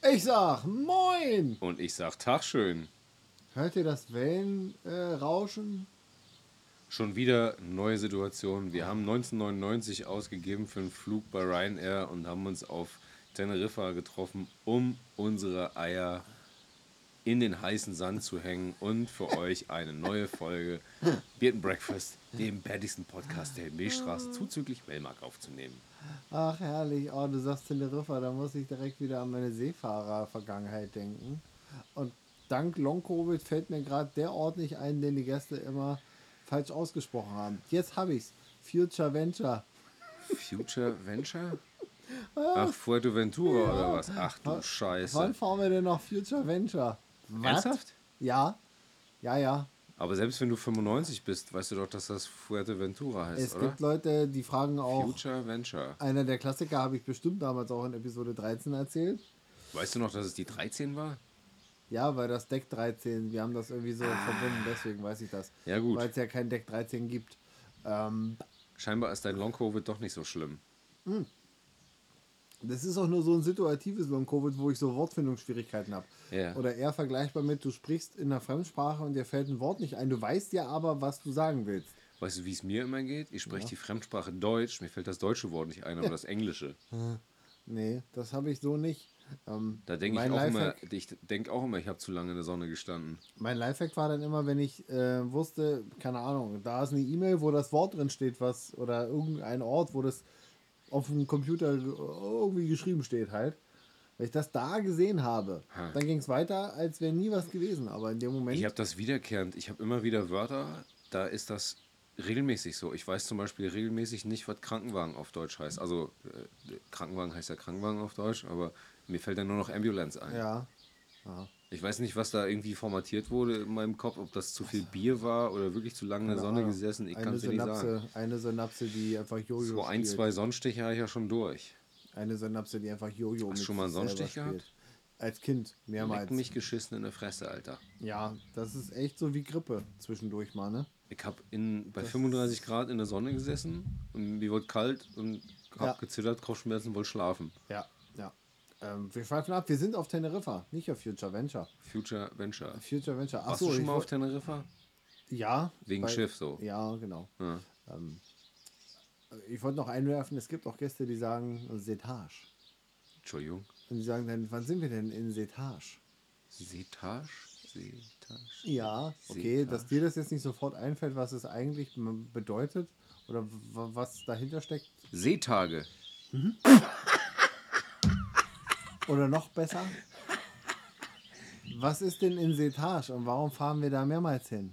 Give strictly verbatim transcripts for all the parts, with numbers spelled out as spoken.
Ich sag Moin! Und ich sag Tag schön. Hört ihr das Wellenrauschen? Äh, Schon wieder neue Situation. Wir haben neunzehnhundertneunundneunzig ausgegeben für einen Flug bei Ryanair und haben uns auf Teneriffa getroffen, um unsere Eier in den heißen Sand zu hängen und für euch eine neue Folge Beard and Breakfast, dem bärtigsten Podcast der Milchstraße, zuzüglich Wellmark aufzunehmen. Ach herrlich, oh, du sagst Teneriffa, da muss ich direkt wieder an meine Seefahrer-Vergangenheit denken. Und dank Long-Covid fällt mir gerade der Ort nicht ein, den die Gäste immer falsch ausgesprochen haben. Jetzt habe ich's. Future Venture. Future Venture? Ach, Fuerteventura ja. Oder was? Ach du Scheiße. Wann fahren wir denn noch Future Venture? Was? Ernsthaft? Ja. Ja, ja. Aber selbst wenn du fünfundneunzig bist, weißt du doch, dass das Fuerteventura heißt, es oder? Es gibt Leute, die fragen auch... Future Venture. Einer der Klassiker habe ich bestimmt damals auch in Episode dreizehn erzählt. Weißt du noch, dass es die dreizehn war? Ja, weil das Deck dreizehn, wir haben das irgendwie so ah. verbunden, deswegen weiß ich das. Ja, gut. Weil es ja kein Deck dreizehn gibt. Ähm, Scheinbar ist dein Long-Covid doch nicht so schlimm. Mh. Das ist auch nur so ein situatives Long-Covid, wo ich so Wortfindungsschwierigkeiten habe. Yeah. Oder eher vergleichbar mit, du sprichst in einer Fremdsprache und dir fällt ein Wort nicht ein. Du weißt ja aber, was du sagen willst. Weißt du, wie es mir immer geht? Ich spreche ja. die Fremdsprache Deutsch, mir fällt das deutsche Wort nicht ein, aber das Englische. Nee, das habe ich so nicht. Ähm, da denke ich auch immer, ich denke auch immer, ich habe zu lange in der Sonne gestanden. Mein Lifehack war dann immer, wenn ich äh, wusste, keine Ahnung, da ist eine E-Mail, wo das Wort drin steht, was, oder irgendein Ort, wo das auf dem Computer irgendwie geschrieben steht halt. Wenn ich das da gesehen habe, ha. dann ging es weiter, als wäre nie was gewesen. Aber in dem Moment... Ich habe das wiederkehrend. Ich habe immer wieder Wörter, da ist das regelmäßig so. Ich weiß zum Beispiel regelmäßig nicht, was Krankenwagen auf Deutsch heißt. Also äh, Krankenwagen heißt ja Krankenwagen auf Deutsch, aber mir fällt dann nur noch Ambulance ein. Ja. Aha. Ich weiß nicht, was da irgendwie formatiert wurde in meinem Kopf, ob das zu viel Bier war oder wirklich zu lange in der Sonne gesessen. Ich kann es dir nicht sagen. Eine Synapse, die einfach Jojo So ein, spielt. zwei Sonnenstiche habe ich ja schon durch. Eine Synapse, die einfach Jojo Hast du schon mal einen Sonnenstich gehabt? Als Kind, mehrmals. Leck mich geschissen in der Fresse, Alter. Ja, das ist echt so wie Grippe zwischendurch mal, ne? Ich habe bei das fünfunddreißig Grad in der Sonne gesessen und mir wurde kalt und habe ja. gezittert, Kopfschmerzen, wollte schlafen. Ja, ja. Ähm, wir schweifen ab, wir sind auf Teneriffa, nicht auf Future Venture. Future Venture. Future Venture. Ach Warst so, du schon mal auf Teneriffa? Ja. Wegen weil, Schiff so? Ja, genau. Ja. Ähm, ich wollte noch einwerfen, es gibt auch Gäste, die sagen Setage. Entschuldigung? Und die sagen dann, wann sind wir denn in Setage? Setage? Setage? Ja, okay, Setage. Dass dir das jetzt nicht sofort einfällt, was es eigentlich bedeutet oder was dahinter steckt. Seetage. Mhm. Oder noch besser, was ist denn in Setage und warum fahren wir da mehrmals hin?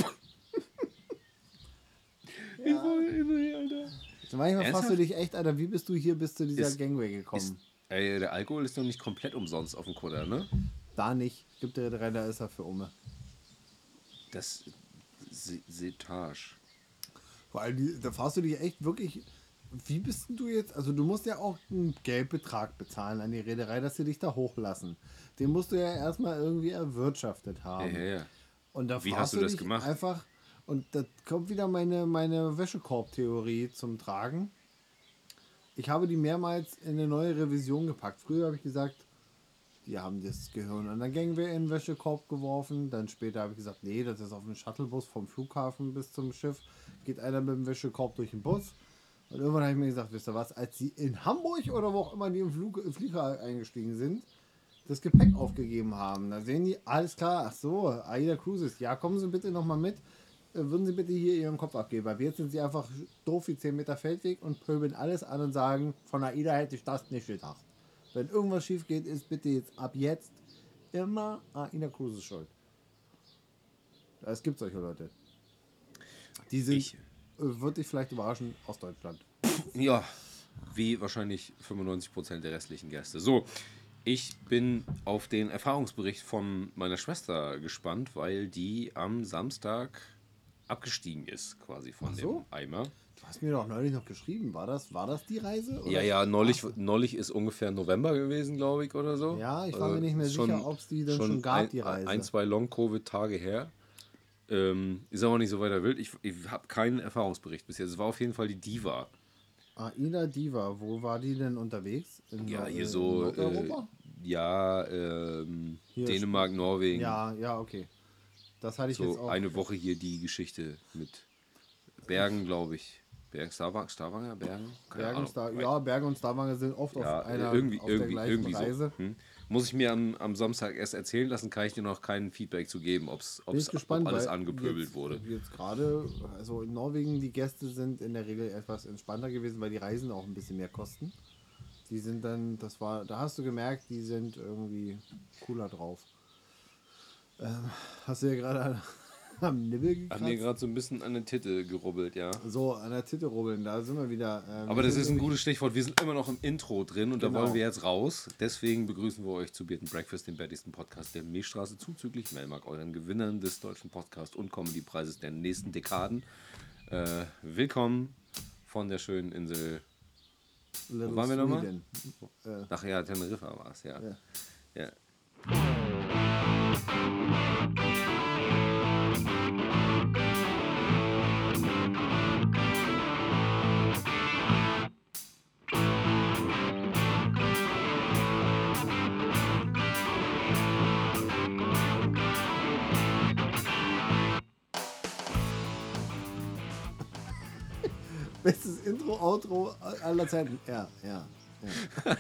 Ja. Ich wollte, Alter. Manchmal Ernsthaft? Fragst du dich echt, Alter, wie bist du hier bis zu dieser ist, Gangway gekommen? Ist, ey, der Alkohol ist noch nicht komplett umsonst auf dem Kutter, ne? Da nicht. Gibt der drei, da ist er für Umme. Das Setage. Vor allem, da fragst du dich echt wirklich, wie bist du jetzt, also du musst ja auch einen Geldbetrag bezahlen an die Reederei, dass sie dich da hochlassen. Den musst du ja erstmal irgendwie erwirtschaftet haben. Ja, ja, ja. Und da wie hast du, du das gemacht? Einfach, und da kommt wieder meine, meine Wäschekorb-Theorie zum Tragen. Ich habe die mehrmals in eine neue Revision gepackt. Früher habe ich gesagt, die haben das Gehirn an der Gangway in den Wäschekorb geworfen. Dann später habe ich gesagt, nee, das ist auf dem Shuttlebus vom Flughafen bis zum Schiff. Geht einer mit dem Wäschekorb durch den Bus. Und irgendwann habe ich mir gesagt, wisst ihr was, als sie in Hamburg oder wo auch immer die im Flug, Flieger eingestiegen sind, das Gepäck aufgegeben haben. Da sehen die, alles klar, ach so, Aida Cruises, ja, kommen Sie bitte nochmal mit. Würden Sie bitte hier Ihren Kopf abgeben. Weil jetzt sind Sie einfach doof wie zehn Meter Feldweg und pöbeln alles an und sagen, von Aida hätte ich das nicht gedacht. Wenn irgendwas schief geht, ist bitte jetzt ab jetzt immer Aida Cruises schuld. Es gibt solche Leute. Die sind, ich. Würde dich vielleicht überraschen, aus Deutschland. Ja, wie wahrscheinlich fünfundneunzig Prozent der restlichen Gäste. So, ich bin auf den Erfahrungsbericht von meiner Schwester gespannt, weil die am Samstag abgestiegen ist, quasi von so? dem Eimer. Du hast mir doch neulich noch geschrieben, war das, war das die Reise? Oder? Ja, ja, neulich, neulich ist ungefähr November gewesen, glaube ich, oder so. Ja, ich war mir nicht mehr schon, sicher, ob es die denn schon, schon gab, ein, die Reise. Ein, zwei Long-Covid-Tage her. Ähm, ist aber nicht so weiter wild. Ich, ich habe keinen Erfahrungsbericht bis jetzt. Es war auf jeden Fall die Diva. Aida Diva, wo war die denn unterwegs? In ja, hier so äh, ja, ähm, Hier Dänemark, Norwegen. Ja, ja, okay. Das hatte ich jetzt So auch. eine Woche hier die Geschichte mit Bergen, glaube ich. Bergen, Stavanger, Stavanger, Bergen? Keine Bergen, Ahnung. Star ja, Berge und Stavanger sind oft Ja, auf einer irgendwie, auf der irgendwie, gleichen irgendwie Reise. so. Hm? Muss ich mir am, am Samstag erst erzählen lassen, kann ich dir noch kein Feedback zu geben, ob's, Bin ob's, ich gespannt, ob alles weil angepöbelt jetzt, wurde. Jetzt gerade, also in Norwegen, die Gäste sind in der Regel etwas entspannter gewesen, weil die Reisen auch ein bisschen mehr kosten. Die sind dann, das war, da hast du gemerkt, die sind irgendwie cooler drauf. Ähm, hast du ja gerade am Nibbel gekratzt? Hab mir gerade so ein bisschen an der Titte gerubbelt, ja. So, an der Titte rubbeln, da sind wir wieder. Ähm, Aber wir das sind ist ein nämlich- gutes Stichwort. Wir sind immer noch im Intro drin und Genau. da wollen wir jetzt raus. Deswegen begrüßen wir euch zu Beard and Breakfast, dem bettigsten Podcast der Milchstraße, zuzüglich Melmark, euren Gewinnern des deutschen Podcast- und Comedy-Preises der nächsten Dekaden. Äh, willkommen von der schönen Insel. Little Wo waren wir nochmal? Sweden. Äh, Ach ja, Teneriffa war es, ja. Ja. ja. Bestes Intro, Outro aller Zeiten. Ja, ja. ja.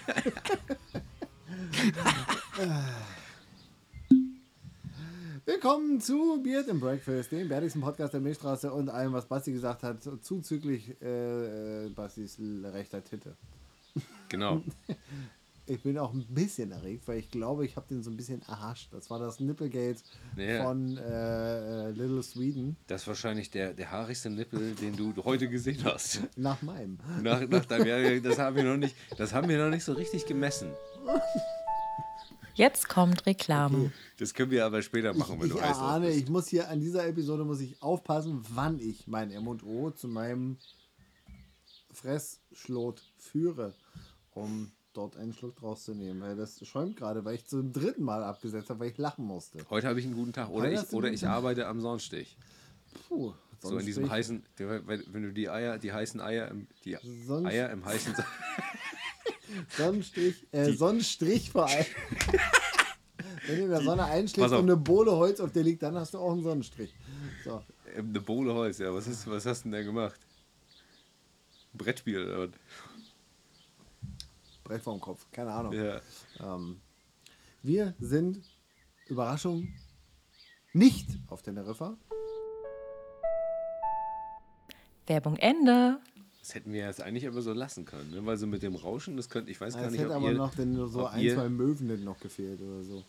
Willkommen zu Beard and Breakfast, dem bärtigsten Podcast der Milchstraße und allem, was Basti gesagt hat, zuzüglich äh, Bastis rechter Titte. Genau. Ich bin auch ein bisschen erregt, weil ich glaube, ich habe den so ein bisschen erhascht. Das war das Nipplegate Ja. von äh, Little Sweden. Das ist wahrscheinlich der, der haarigste Nippel, den du heute gesehen hast. Nach meinem. Nach, nach deinem, ja, das haben wir noch nicht, das haben wir noch nicht so richtig gemessen. Jetzt kommt Reklame. Das können wir aber später machen, wenn Ich du Eis drauf erahne, bist. ich muss hier an dieser Episode muss ich aufpassen, wann ich mein M und O zu meinem Fressschlot führe, um dort einen Schluck draus zu nehmen. Weil das schäumt gerade, weil ich zum dritten Mal abgesetzt habe, weil ich lachen musste. Heute habe ich einen guten Tag. Oder Heute ich, hast du einen oder guten ich Tag. arbeite am Sonnenstich. Puh, So in diesem Sonnenstrich- heißen, wenn du die Eier, die heißen Eier, im, die Sonst- Eier im heißen, Sonnenstrich, äh, Sonnenstrich vor allem. Wenn du in der Sonne Pass einschlägst auf. und eine Bohle Holz auf dir liegt, dann hast du auch einen Sonnenstrich. So. eine Bohle Holz, ja. Was, ist, was hast du denn da gemacht? Ein Brettspiel oder was? Brett vorm Kopf, keine Ahnung. Ja. Ähm, wir sind, Überraschung, nicht auf Teneriffa. Werbung Ende. Das hätten wir jetzt eigentlich aber so lassen können, ne? Weil so mit dem Rauschen, das könnte, ich weiß gar Es nicht, hätte ob aber ihr, noch denn nur so ob ein, ihr- zwei Möwen denn noch gefehlt oder so.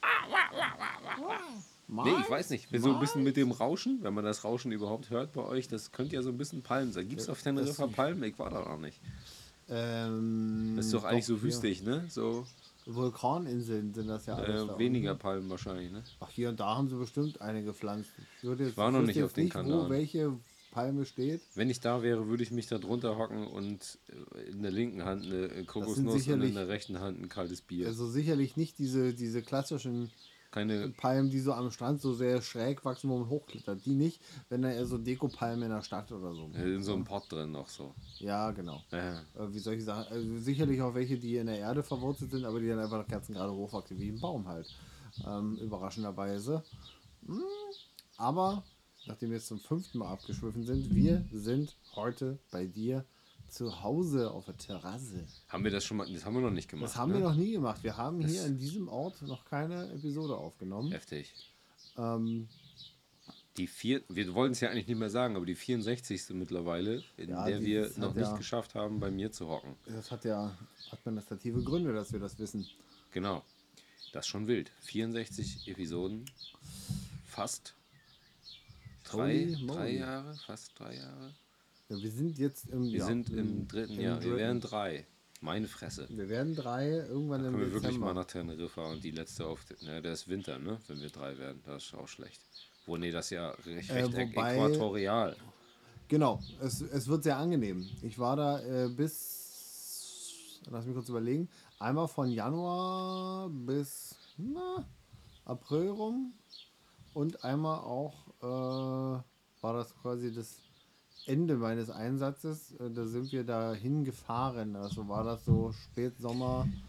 Nee, ich weiß nicht. So ein bisschen mit dem Rauschen, wenn man das Rauschen überhaupt hört bei euch, das könnte ja so ein bisschen Palmen sein. Gibt es auf Teneriffa Palmen? Ich war da noch nicht. Ähm, Das ist doch eigentlich so hier. wüstig, ne? So Vulkaninseln sind das ja alles. da äh, weniger unten. Palmen wahrscheinlich, ne? Ach, hier und da haben sie bestimmt eine gepflanzt. Ich, würde jetzt, war noch wüsste nicht jetzt auf den nicht, wo Kanaren. welche Palme steht. Wenn ich da wäre, würde ich mich da drunter hocken und in der linken Hand eine Kokosnuss und in sicherlich- der rechten Hand ein kaltes Bier. Also sicherlich nicht diese, diese klassischen Keine, Palmen, die so am Strand so sehr schräg wachsen, wo man hochklettert. Die nicht, wenn da eher so Dekopalmen in der Stadt oder so. in so einem Pott drin noch so. Ja, genau. Ja. Äh, Wie soll ich sagen? Also sicherlich auch welche, die in der Erde verwurzelt sind, aber die dann einfach ganz gerade hochwachsen, wie ein Baum halt. Ähm, überraschenderweise. Hm, aber, nachdem wir jetzt zum fünften Mal abgeschwiffen sind, wir sind heute bei dir zu Hause auf der Terrasse. Haben wir das schon mal? Das haben wir noch nicht gemacht. Das haben ne? wir noch nie gemacht. Wir haben Das- hier in diesem Ort noch keine Episode aufgenommen. Heftig. Ähm, Die vier, wir wollten es ja eigentlich nicht mehr sagen, aber die vierundsechzigste mittlerweile, in Ja, der die- wir das noch hat nicht ja- geschafft haben, bei mir zu hocken. das hat ja administrative Gründe, dass wir das wissen. Genau. Das ist schon wild. vierundsechzig Episoden. Fast drei, Holy moly. drei Jahre. Fast drei Jahre. Ja, wir sind jetzt im, Wir ja, sind im dritten im Jahr. Wir dritten. werden drei. Meine Fresse. Wir werden drei irgendwann im Können wir wirklich Dezember. mal nach Teneriffa und die letzte auf. Ja, der ist Winter, ne? Wenn wir drei werden. Das ist auch schlecht. Wo, nee, das ist ja recht, Äh, recht wobei- äquatorial. Genau, es, es wird sehr angenehm. Ich war da äh, bis, lass mich kurz überlegen, einmal von Januar bis na, April rum und einmal auch äh, war das quasi das Ende meines Einsatzes. Äh, da sind wir dahin gefahren. Also war das so Spätsommer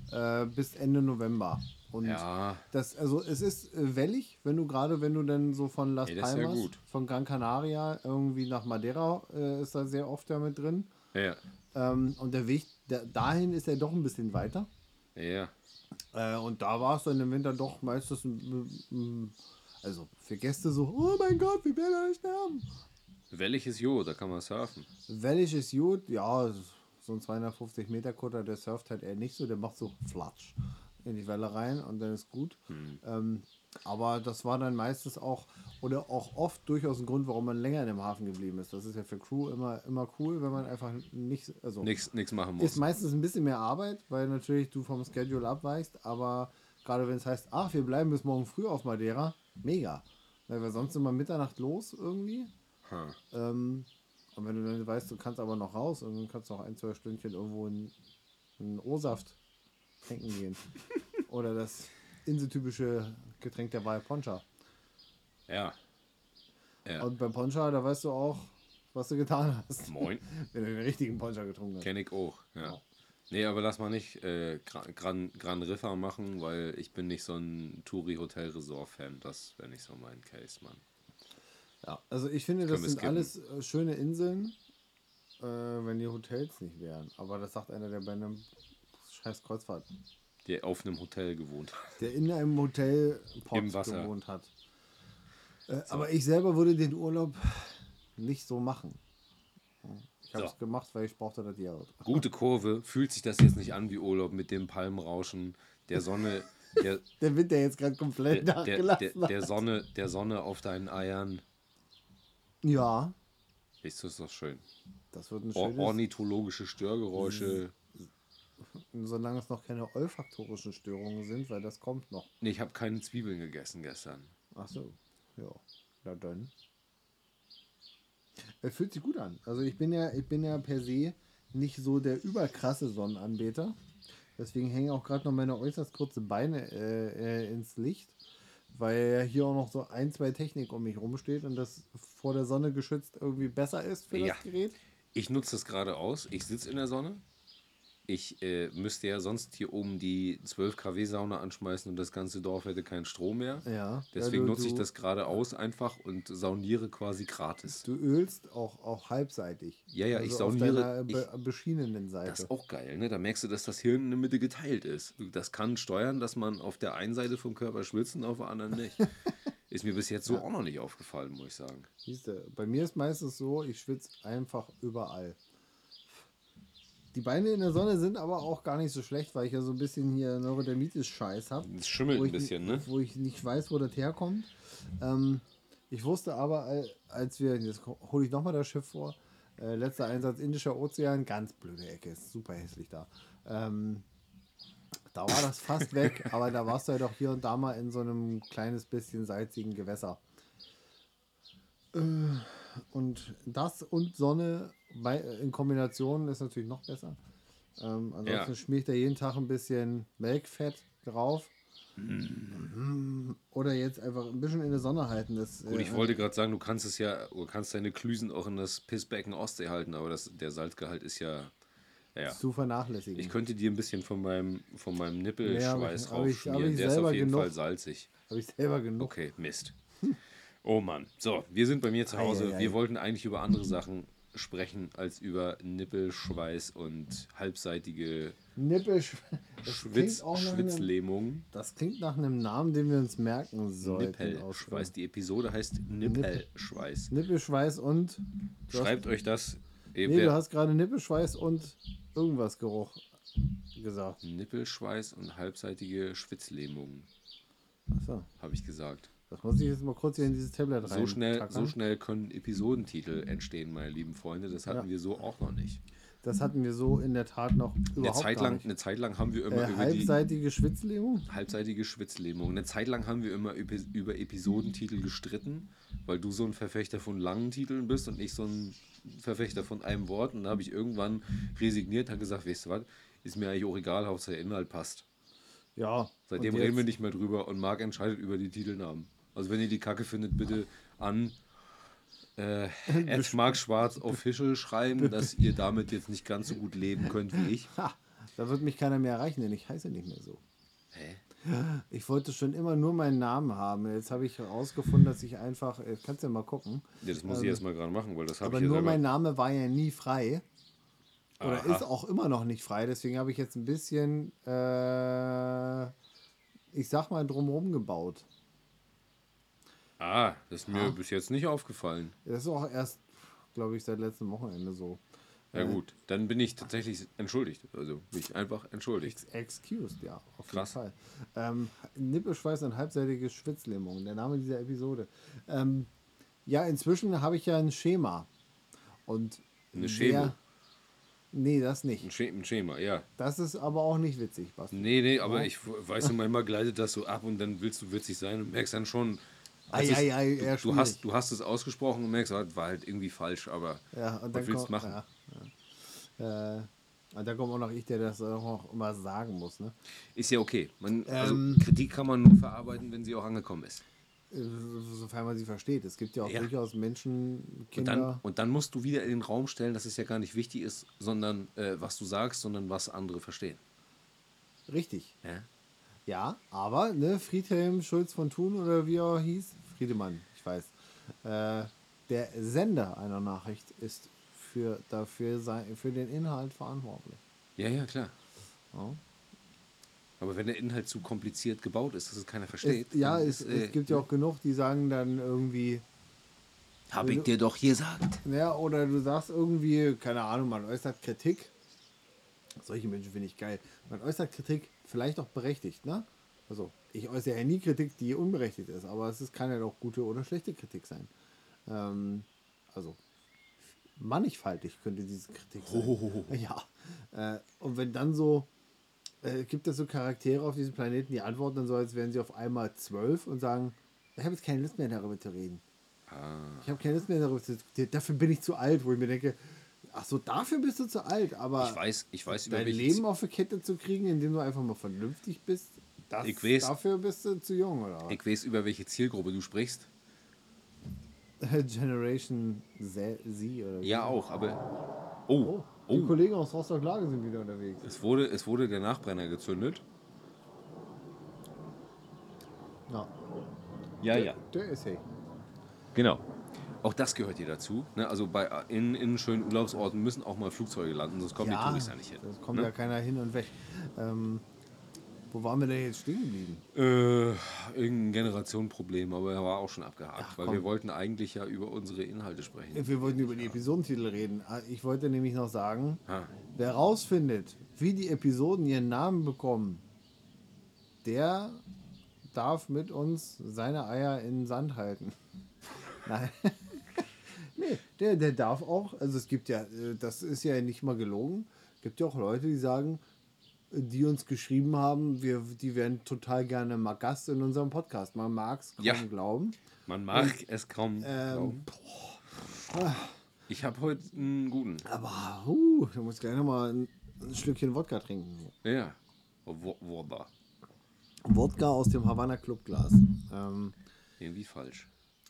äh, bis Ende November. Und Ja. das, also es ist äh, wellig, wenn du gerade, wenn du dann so von Las Ey, das ist ja Palmas, gut. von Gran Canaria irgendwie nach Madeira äh, ist da sehr oft ja mit drin. Ja, Ähm, und der Weg der, dahin ist ja doch ein bisschen weiter. ja. Äh, und da war es dann im Winter doch meistens, ein- ein- also für Gäste so, oh mein Gott, wie werden wir sterben? Welliges Jo, da kann man surfen. Wellig ist gut, ja, so ein zweihundertfünfzig Meter Kutter, der surft halt eher nicht so, der macht so Flatsch in die Welle rein und dann ist gut. Ähm, aber das war dann meistens auch, oder auch oft durchaus ein Grund, warum man länger in dem Hafen geblieben ist. Das ist ja für Crew immer, immer cool, wenn man einfach nicht, also Nichts nix machen ist muss. meistens ein bisschen mehr Arbeit, weil natürlich du vom Schedule abweichst, aber gerade wenn es heißt, ach, wir bleiben bis morgen früh auf Madeira, mega. Weil wir sonst immer Mitternacht los irgendwie. Ha. Ähm, und wenn du dann weißt, du kannst aber noch raus und dann kannst du noch ein, zwei Stündchen irgendwo in, in O-Saft trinken gehen. Oder das inseltypische Getränk der Wahl, Poncha. Ja. Ja. Und beim Poncha, da weißt du auch, was du getan hast. Moin. Wenn du den richtigen Poncha getrunken hast. Kenn ich auch. Ja. Ja. Nee, aber lass mal nicht äh, Gran, Gran, Gran Riffa machen, weil ich bin nicht so ein Touri-Hotel-Resort-Fan. Das wäre nicht so mein Case, Mann. Ja, also ich finde, Können das wir sind alles äh, schöne Inseln, äh, wenn die Hotels nicht wären. Aber das sagt einer, der bei einem scheiß Kreuzfahrt, Der auf einem Hotel gewohnt hat. der in einem Hotel Im Wasser. gewohnt hat. Äh, Aber ich selber würde den Urlaub nicht so machen. Ich habe es So. gemacht, weil ich brauchte das Geld. Gute Kurve, fühlt sich das jetzt nicht an wie Urlaub mit dem Palmrauschen, der Sonne, der, Der Wind, der jetzt gerade komplett der, der, der, nachgelassen der, hat. Sonne, der Sonne auf deinen Eiern. Ja, Ist das doch schön. das wird ein Or schönes, ornithologische Störgeräusche. solange es noch keine olfaktorischen Störungen sind, weil das kommt noch. Nee, ich habe keine Zwiebeln gegessen gestern. Ach so, ja, na dann. Es fühlt sich gut an. Also ich bin ja, ich bin ja per se nicht so der überkrasse Sonnenanbeter. Deswegen hängen auch gerade noch meine äußerst kurze Beine äh, äh, ins Licht, weil ja hier auch noch so ein, zwei Technik um mich rumsteht und das vor der Sonne geschützt irgendwie besser ist für Ja. das Gerät. Ich nutze das gerade aus. Ich sitze in der Sonne. Ich äh, müsste ja sonst hier oben die zwölf Kilowatt Sauna anschmeißen und das ganze Dorf hätte keinen Strom mehr. Ja. Deswegen ja, du, nutze ich du, das gerade aus einfach und sauniere quasi gratis. Du ölst auch, auch halbseitig. Ja, ja, ich auf sauniere- deiner be beschienenen Seite. Das ist auch geil, ne? Da merkst du, dass das Hirn in der Mitte geteilt ist. Das kann steuern, dass man auf der einen Seite vom Körper schwitzt und auf der anderen nicht. Ist mir bis jetzt so auch noch nicht aufgefallen, muss ich sagen. Siehste, bei mir ist meistens so, ich schwitze einfach überall. Die Beine in der Sonne sind aber auch gar nicht so schlecht, weil ich ja so ein bisschen hier Neurodermitis-Scheiß habe. Es schimmelt wo ein ich bisschen, ni- ne? Wo ich nicht weiß, wo das herkommt. Ähm, ich wusste aber, al- als wir, jetzt hole ich nochmal das Schiff vor, äh, letzter Einsatz Indischer Ozean, ganz blöde Ecke, ist super hässlich da. Ähm, da war das fast weg, aber da warst du ja doch hier und da mal in so einem kleines bisschen salzigen Gewässer. Äh, und das und Sonne bei, in Kombination ist natürlich noch besser. Ähm, ansonsten Ja. schmiert er jeden Tag ein bisschen Melkfett drauf. Oder jetzt einfach ein bisschen in der Sonne halten. Das, Gut, ich äh, wollte gerade sagen, du kannst es ja, du kannst deine Klüsen auch in das Pissbecken Ostsee halten, aber das, der Salzgehalt ist ja, ja. zu vernachlässigen. Ich könnte dir ein bisschen von meinem, von meinem Nippelschweiß Nee, hab ich- hab ich- hab raufschmieren. ich Der ist selber auf jeden genug. Fall salzig. Habe ich selber genug. Okay, Mist. Oh Mann. So, wir sind bei mir zu Hause. Ei, ei, ei. Wir wollten eigentlich über andere Sachen sprechen als über Nippelschweiß und halbseitige Nippelsch das Schwitz, klingt auch nach einem, Schwitzlähmung. das klingt nach einem Namen, den wir uns merken sollten. Nippelschweiß. Die Episode heißt Nippelschweiß. Nippelschweiß und du hast, Schreibt euch das. Eben nee, du der hast gerade Nippelschweiß und irgendwas Geruch gesagt. Nippelschweiß und halbseitige Schwitzlähmung, Achso, habe ich gesagt. das muss ich jetzt mal kurz hier in dieses Tablet rein. So schnell, so schnell können Episodentitel entstehen, meine lieben Freunde. Das hatten Ja. wir so auch noch nicht. Das hatten wir so in der Tat noch Eine überhaupt Zeit, gar lang, nicht. eine Zeit lang haben wir immer Äh, über die halbseitige Schwitzlähmung? halbseitige Schwitzlähmung. Eine Zeit lang haben wir immer über, über Episodentitel gestritten, weil du so ein Verfechter von langen Titeln bist und ich so ein Verfechter von einem Wort. Und da habe ich irgendwann resigniert und gesagt, weißt du was, ist mir eigentlich auch egal, Hauptsache der Inhalt passt. Ja. Seitdem und reden wir jetzt- nicht mehr drüber und Marc entscheidet über die Titelnamen. Also wenn ihr die Kacke findet, bitte an äh, at Marc Schwarz Official schreiben, dass ihr damit jetzt nicht ganz so gut leben könnt wie ich. Ha, Da wird mich keiner mehr erreichen, denn ich heiße nicht mehr so. Hä? Ich wollte schon immer nur meinen Namen haben. Jetzt habe ich herausgefunden, dass ich einfach, äh, kannst ja mal gucken, Ja, das muss ich Ähm, erst mal gerade machen, weil das habe aber ich hier nur selber. mein Name war ja nie frei. Oder Aha. ist auch immer noch nicht frei. Deswegen habe ich jetzt ein bisschen, äh, ich sag mal, drumherum gebaut. Ah, das ist mir Ja. bis jetzt nicht aufgefallen. Das ist auch erst, glaube ich, seit letztem Wochenende so. Ja gut, dann bin ich tatsächlich entschuldigt. Also bin ich einfach entschuldigt. Ex excused, ja, auf Krass. jeden Fall. Ähm, Nippelschweiß und halbseitige Schwitzlähmung, der Name dieser Episode. Ähm, ja, inzwischen habe ich ja ein Schema. Und Eine wer- Schema. Nee, das Ein, nicht. Sch ein Schema, ja. Das ist aber auch nicht witzig, Basti. Nee, nee, aber Ja. ich weiß, manchmal gleitet das so ab und dann willst du witzig sein und merkst dann schon, als Ei, es, ei, ei, du, eher du, hast, schwierig. du hast es ausgesprochen und merkst, ah, das war halt irgendwie falsch, aber Ja, und was dann willst du kommt, machen? Ja, ja. Äh, und dann kommt auch noch ich, der das auch immer sagen muss. Ne? Ist ja okay. Man, also Ähm. Kritik kann man nur verarbeiten, wenn sie auch angekommen ist. Äh, Sofern man sie versteht. Es gibt ja auch Ja. durchaus Menschen, Und Kinder. dann, und dann musst du wieder in den Raum stellen, dass es ja gar nicht wichtig ist, sondern äh, was du sagst, sondern was andere verstehen. Richtig. Ja? Ja, aber ne, Friedhelm Schulz von Thun oder wie er hieß, Friedemann, ich weiß. Äh, der Sender einer Nachricht ist für, dafür sein, für den Inhalt verantwortlich. Ja, ja, klar. Ja. Aber wenn der Inhalt zu kompliziert gebaut ist, dass es keiner versteht. Es, ja, dann es, ist, äh, es gibt ja auch genug, die sagen dann irgendwie, Hab ich dir doch gesagt. ja, oder du sagst irgendwie, keine Ahnung, man äußert Kritik. Solche Menschen finde ich geil. Man äußert Kritik, vielleicht auch berechtigt, ne? Also, ich äußere ja nie Kritik, die unberechtigt ist, aber es ist, kann ja auch gute oder schlechte Kritik sein. Ähm, also, mannigfaltig könnte diese Kritik sein. Hohoho. Ja. Äh, und wenn dann so, äh, gibt es so Charaktere auf diesem Planeten, die antworten dann so, als wären sie auf einmal zwölf und sagen, ich habe jetzt keine Lust mehr darüber zu reden. Ah. Ich habe keine Lust mehr darüber zu diskutieren. Dafür bin ich zu alt, wo ich mir denke, ach so, dafür bist du zu alt, aber Ich weiß, ich weiß über dein welche Leben auf die Kette zu kriegen, indem du einfach mal vernünftig bist, das, Ich weiß- dafür bist du zu jung, oder? was? Ich weiß, über welche Zielgruppe du sprichst. Generation Z, Z oder wie? Ja, auch, aber. Oh, Oh, die oh. Kollegen aus Rostock-Lage sind wieder unterwegs. Es wurde, es wurde der Nachbrenner gezündet. Ja, Ja, ja. der ist hey. Genau. Auch das gehört hier dazu. Ne? Also bei, in, in schönen Urlaubsorten müssen auch mal Flugzeuge landen, sonst kommen die Touristen ja nicht hin. das kommt ne? ja keiner hin und weg. Ähm, wo waren wir denn jetzt stehen geblieben? Äh, irgendein Generationenproblem, aber er war auch schon abgehakt, Ach, weil komm. wir wollten eigentlich ja über unsere Inhalte sprechen. Wir wollten über die Episodentitel reden. Ich wollte nämlich noch sagen, Ah. wer rausfindet, wie die Episoden ihren Namen bekommen, der darf mit uns seine Eier in den Sand halten. Nein. Nee, der, der darf auch, also es gibt ja, äh, das ist ja nicht mal gelogen, gibt ja auch Leute, die sagen, die uns geschrieben haben, wir, die wären total gerne mal Gast in unserem Podcast. Man mag es kaum Ja. glauben. Man mag es kaum Ähm, glauben. Ich habe heute einen guten. aber, uh, da muss ich gleich nochmal ein, ein Schlückchen Wodka trinken. Ja. Wo- Wodka. Wodka aus dem Havanna Clubglas. Ähm, Irgendwie falsch.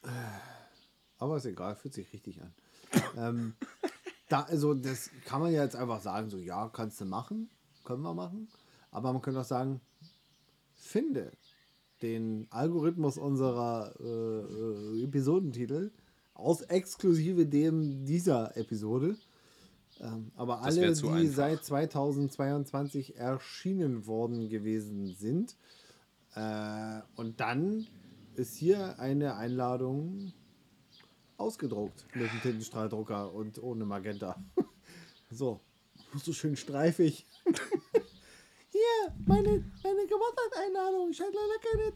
aber ist egal, fühlt sich richtig an. ähm, da, also das kann man ja jetzt einfach sagen, so ja, kannst du machen, können wir machen. Aber man könnte auch sagen, finde den Algorithmus unserer äh, äh, Episodentitel aus exklusive dem dieser Episode. Ähm, aber Das alle, wär die zu einfach. seit zweitausendzweiundzwanzig erschienen worden gewesen sind. Äh, und dann ist hier eine Einladung ausgedruckt mit dem Tintenstrahldrucker und ohne Magenta. So, so schön streifig. Hier, meine, meine Geburtstagseinladung. Ich habe leider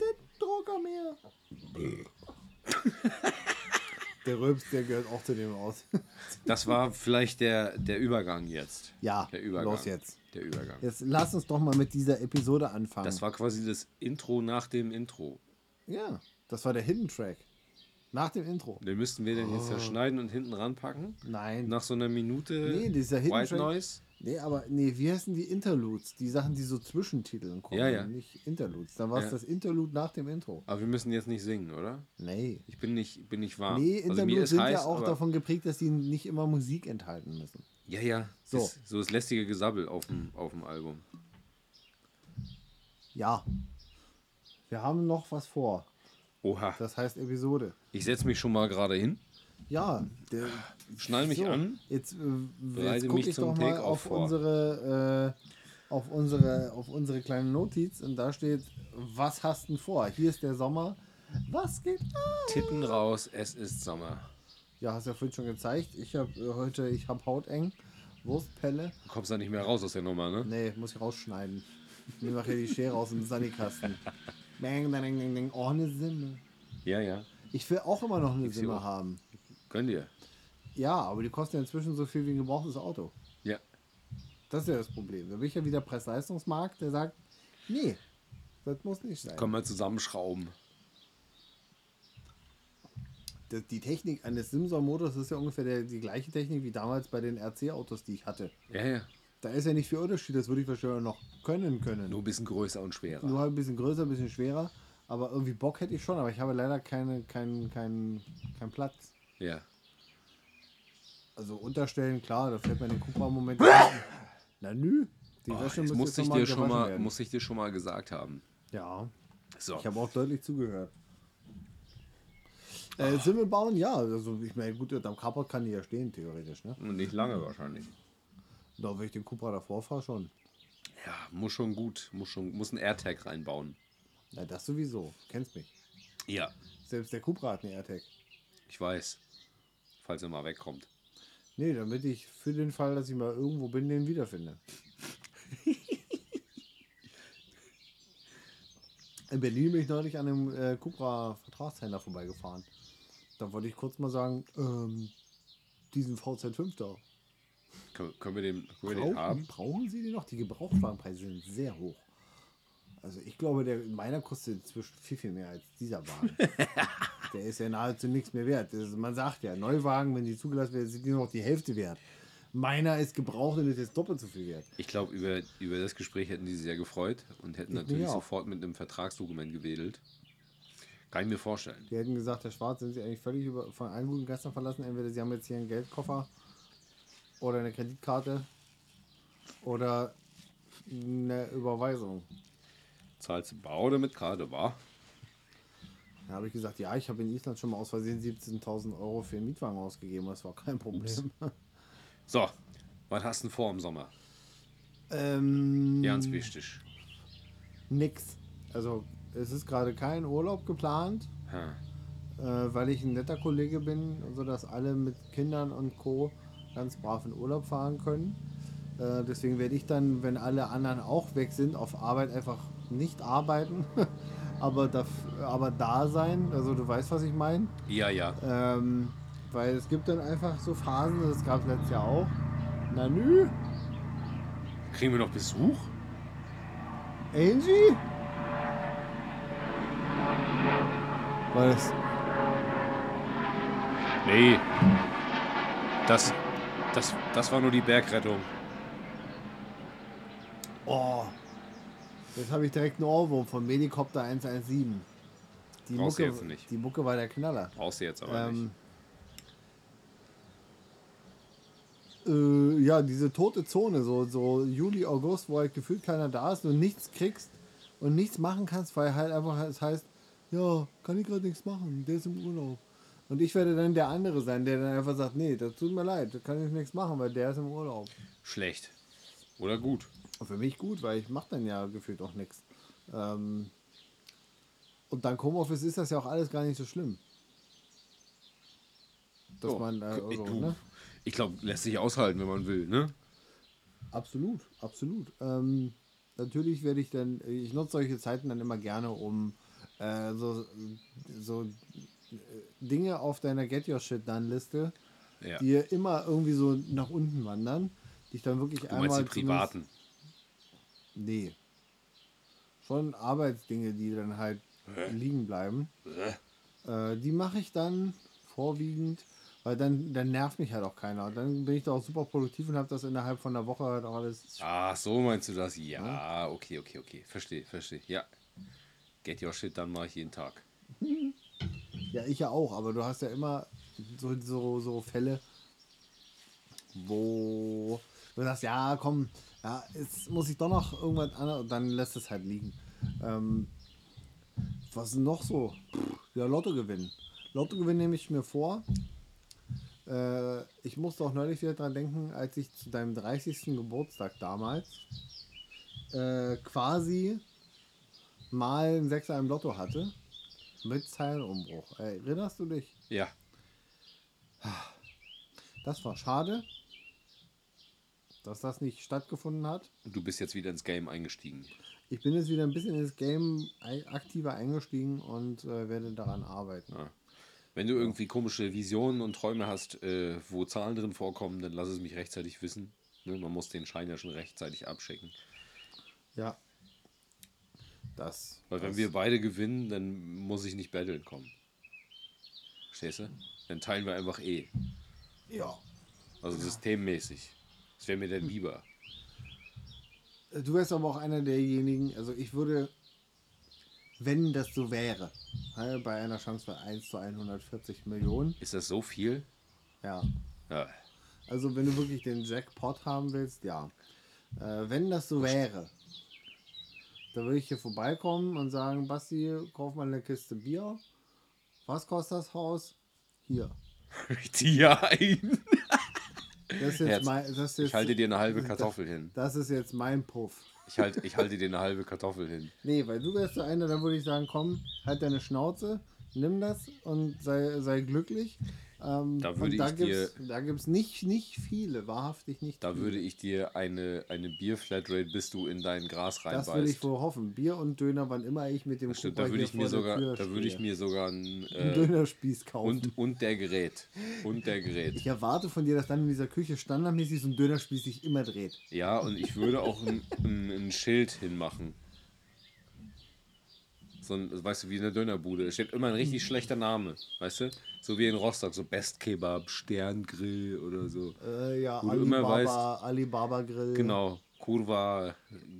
keine Tintendrucker mehr. Der Röps, der gehört auch zu dem aus. Das war vielleicht der, der Übergang jetzt. Ja, Der Übergang. los jetzt. Der Übergang. Jetzt lass uns doch mal mit dieser Episode anfangen. Das war quasi das Intro nach dem Intro. ja, das war der Hidden Track. Nach dem Intro. Den müssten wir denn jetzt ja schneiden und hinten ranpacken? Nein. Nach so einer Minute Nee, dieser Hidden White Track. Noise? Nee, aber nee, wie heißen die Interludes? Die Sachen, die so Zwischentiteln kommen. Ja, ja. Nicht Interludes. Da war es Ja. das Interlude nach dem Intro. Aber wir müssen jetzt nicht singen, oder? Nee. Ich bin nicht, bin nicht warm. Nee, also mir Interludes ist sind heiß, ja auch aber davon geprägt, dass sie nicht immer Musik enthalten müssen. Ja, ja. So. So, das, so das lästige Gesabbel auf dem, auf dem Album. Ja. Wir haben noch was vor. Oha. Das heißt Episode. Ich setze mich schon mal gerade hin, Ja. Der, schnall mich so, an. Jetzt, äh, Bereite jetzt gucke mich ich zum doch mal Take-Off auf vor. unsere, äh, auf, unsere, auf unsere kleine Notiz und da steht, was hast du denn vor? Hier ist der Sommer. Was geht ab? Titten raus, es ist Sommer. Ja, hast ja vorhin schon gezeigt. Ich habe äh, heute, ich habe hauteng. Wurstpelle. Du kommst da nicht mehr raus aus der Nummer, ne? Nee, muss ich rausschneiden. Ich nehme nachher die Schere aus dem Sandikasten. Bang, dang, dang, dang. Oh, eine Simme. Ja, ja. Ich will auch immer noch eine Gibt's die Simme auch? haben. Gönn dir. Ja, aber die kosten ja inzwischen so viel wie ein gebrauchtes Auto. Ja. Das ist ja das Problem. Da bin ich ja wieder Preis-Leistungsmarkt, der sagt, nee, das muss nicht sein. Können wir zusammenschrauben. Das, die Technik eines Simson-Motors ist ja ungefähr der, die gleiche Technik wie damals bei den R C-Autos, die ich hatte. Ja, ja. Da ist ja nicht viel Unterschied, das würde ich wahrscheinlich noch können können. Nur ein bisschen größer und schwerer. Nur halt ein bisschen größer, ein bisschen schwerer. Aber irgendwie Bock hätte ich schon, aber ich habe leider keine, keinen kein, kein Platz. Ja. Also unterstellen, klar, da fällt mir den Cupra im Moment. Na nü, die Oh, Wäsche das muss musste jetzt ich, noch mal dir schon gewaschen mal, werden. musste ich dir schon mal gesagt haben. Ja, So. ich habe auch deutlich zugehört. Äh, Simmel bauen, ja, also ich meine, gut, am Carport kann die ja stehen, theoretisch, ne? Und nicht lange wahrscheinlich. Da, wenn ich den Cupra davor fahre, schon. Ja, muss schon gut. Muss schon, muss ein AirTag reinbauen. Na, das sowieso, du kennst mich. Ja. Selbst der Cupra hat einen AirTag. Ich weiß. Falls er mal wegkommt. Nee, damit ich für den Fall, dass ich mal irgendwo bin, den wiederfinde. In Berlin bin ich neulich an einem äh, Cupra-Vertragshändler vorbeigefahren. Da wollte ich kurz mal sagen, ähm, diesen V Z fünf da. Können, können wir den, können wir den Brauchen, haben? brauchen Sie den noch? Die Gebrauchtwagenpreise sind sehr hoch. Also ich glaube, der meiner kostet inzwischen viel, viel mehr als dieser Wagen. Der ist ja nahezu nichts mehr wert. Das ist, man sagt ja, Neuwagen, wenn die zugelassen werden, sind die nur noch die Hälfte wert. Meiner ist gebraucht und ist jetzt doppelt so viel wert. Ich glaube, über, über das Gespräch hätten die sich sehr gefreut und hätten Ich natürlich mich auch. sofort mit einem Vertragsdokument gewedelt. Kann ich mir vorstellen. Die hätten gesagt, Herr Schwarz, sind Sie eigentlich völlig über, von allen guten Geistern verlassen. Entweder Sie haben jetzt hier einen Geldkoffer oder eine Kreditkarte oder eine Überweisung. Zahlst du bar oder mit Karte, war? Da habe ich gesagt, ja, ich habe in Island schon mal aus Versehen siebzehntausend Euro für einen Mietwagen ausgegeben. Das war kein Problem. So, was hast du denn vor im Sommer? ähm, Ganz wichtig. Nix. Also es ist gerade kein Urlaub geplant, Ha. äh, weil ich ein netter Kollege bin, sodass alle mit Kindern und Co. ganz brav in Urlaub fahren können. Äh, deswegen werde ich dann, wenn alle anderen auch weg sind, auf Arbeit einfach nicht arbeiten, aber, da, aber da sein. Also du weißt, was ich meine. Ja, ja. Ähm, weil es gibt dann einfach so Phasen, das gab es letztes Jahr auch. Na nü, Kriegen wir noch Besuch? Angie? War das? Nee. Das, das, das war nur die Bergrettung. Oh, jetzt habe ich direkt einen Ohrwurm von Medicopter eins eins sieben. Die Brauchst du Mucke, jetzt nicht. die Mucke war der Knaller. Brauchst du jetzt aber Ähm, äh, ja, diese tote Zone, so, so Juli, August, wo halt gefühlt keiner da ist und nichts kriegst und nichts machen kannst, weil halt einfach es heißt, ja, kann ich gerade nichts machen, der ist im Urlaub. Und ich werde dann der andere sein, der dann einfach sagt, nee, das tut mir leid, da kann ich nichts machen, weil der ist im Urlaub. nicht. Schlecht. Oder gut. Und für mich gut, weil ich mache dann ja gefühlt auch nichts. Ähm, und dank Homeoffice ist das ja auch alles gar nicht so schlimm. Dass Oh, man, äh, du, so, ne? Ich glaube, lässt sich aushalten, wenn man will, ne? Absolut, absolut. Ähm, natürlich werde ich dann, ich nutze solche Zeiten dann immer gerne, um äh, so, so äh, Dinge auf deiner Get Your Shit Done Liste, Ja. die immer irgendwie so nach unten wandern, die ich dann wirklich Du einmal. meinst die zumindest- privaten? Nee. Schon Arbeitsdinge, die dann halt liegen bleiben. Äh, die mache ich dann vorwiegend, weil dann, dann nervt mich halt auch keiner. Und dann bin ich da auch super produktiv und habe das innerhalb von einer Woche halt auch alles. Ach, so meinst du das? Ja, okay, okay, okay. Verstehe, verstehe. Ja. Get your shit, dann mache ich jeden Tag. Ja, ich ja auch, aber du hast ja immer so, so, so Fälle, wo du sagst, ja, komm, ja, jetzt muss ich doch noch irgendwas anderes, dann lässt es halt liegen. Ähm, was ist denn noch so? Pff, ja, Lotto gewinnen. Lotto gewinnen nehme ich mir vor. Äh, ich musste auch neulich wieder dran denken, als ich zu deinem dreißigsten Geburtstag damals äh, quasi mal einen Sechser im Lotto hatte. Mit Zeilenumbruch. Erinnerst du dich? Ja. Das war schade, dass das nicht stattgefunden hat. Du bist jetzt wieder ins Game eingestiegen. Ich bin jetzt wieder ein bisschen ins Game ei- aktiver eingestiegen und äh, werde daran arbeiten. Ja. Wenn du irgendwie komische Visionen und Träume hast, äh, wo Zahlen drin vorkommen, dann lass es mich rechtzeitig wissen. Ne? Man muss den Schein ja schon rechtzeitig abschicken. Ja. Das. Weil das wenn wir beide gewinnen, dann muss ich nicht battlen kommen. Verstehst du? Dann teilen wir einfach eh. Ja. Also systemmäßig. Das wäre mir dann lieber. Du wärst aber auch einer derjenigen, also ich würde, wenn das so wäre, ne, bei einer Chance für eins zu hundertvierzig Millionen, Ist das so viel? ja. Ja. Also wenn du wirklich den Jackpot haben willst, ja. Äh, wenn das so wäre, da würde ich hier vorbeikommen und sagen, Basti, kauf mal eine Kiste Bier. Was kostet das Haus? Hier. Ich ziehe ein. Das ist jetzt Herz, mein, das ist jetzt, Ich halte dir eine halbe Kartoffel hin. das ist jetzt mein Puff. Ich halte, ich halte dir eine halbe Kartoffel hin. Nee, weil du wärst so einer, da würde ich sagen, komm, halt deine Schnauze, nimm das und sei, sei glücklich. Ähm, Da und würde da ich gibt's, dir- da gibt's nicht, nicht viele, wahrhaftig nicht Da viele. würde ich dir eine, eine Bier-Flatrate, bis du in dein Gras Das würde ich reinbeißt. wohl hoffen. Bier und Döner, wann immer ich mit dem Stimmt, Cooper da würde hier ich mir vor der sogar, Tür da würde ich stehe. mir sogar ein, einen äh, Dönerspieß kaufen. und, und der Gerät. Und der Gerät. Ich erwarte von dir, dass dann in dieser Küche standardmäßig so ein Dönerspieß sich immer dreht. Ja, und ich würde auch ein, ein, ein Schild hinmachen. So ein, weißt du, wie in der Dönerbude. Da steht immer ein richtig schlechter Name, weißt du? So wie in Rostock, so Best Kebab, Sterngrill oder so. Äh, ja, Wo du immer Alibaba, Alibaba Grill. Genau, Kurva,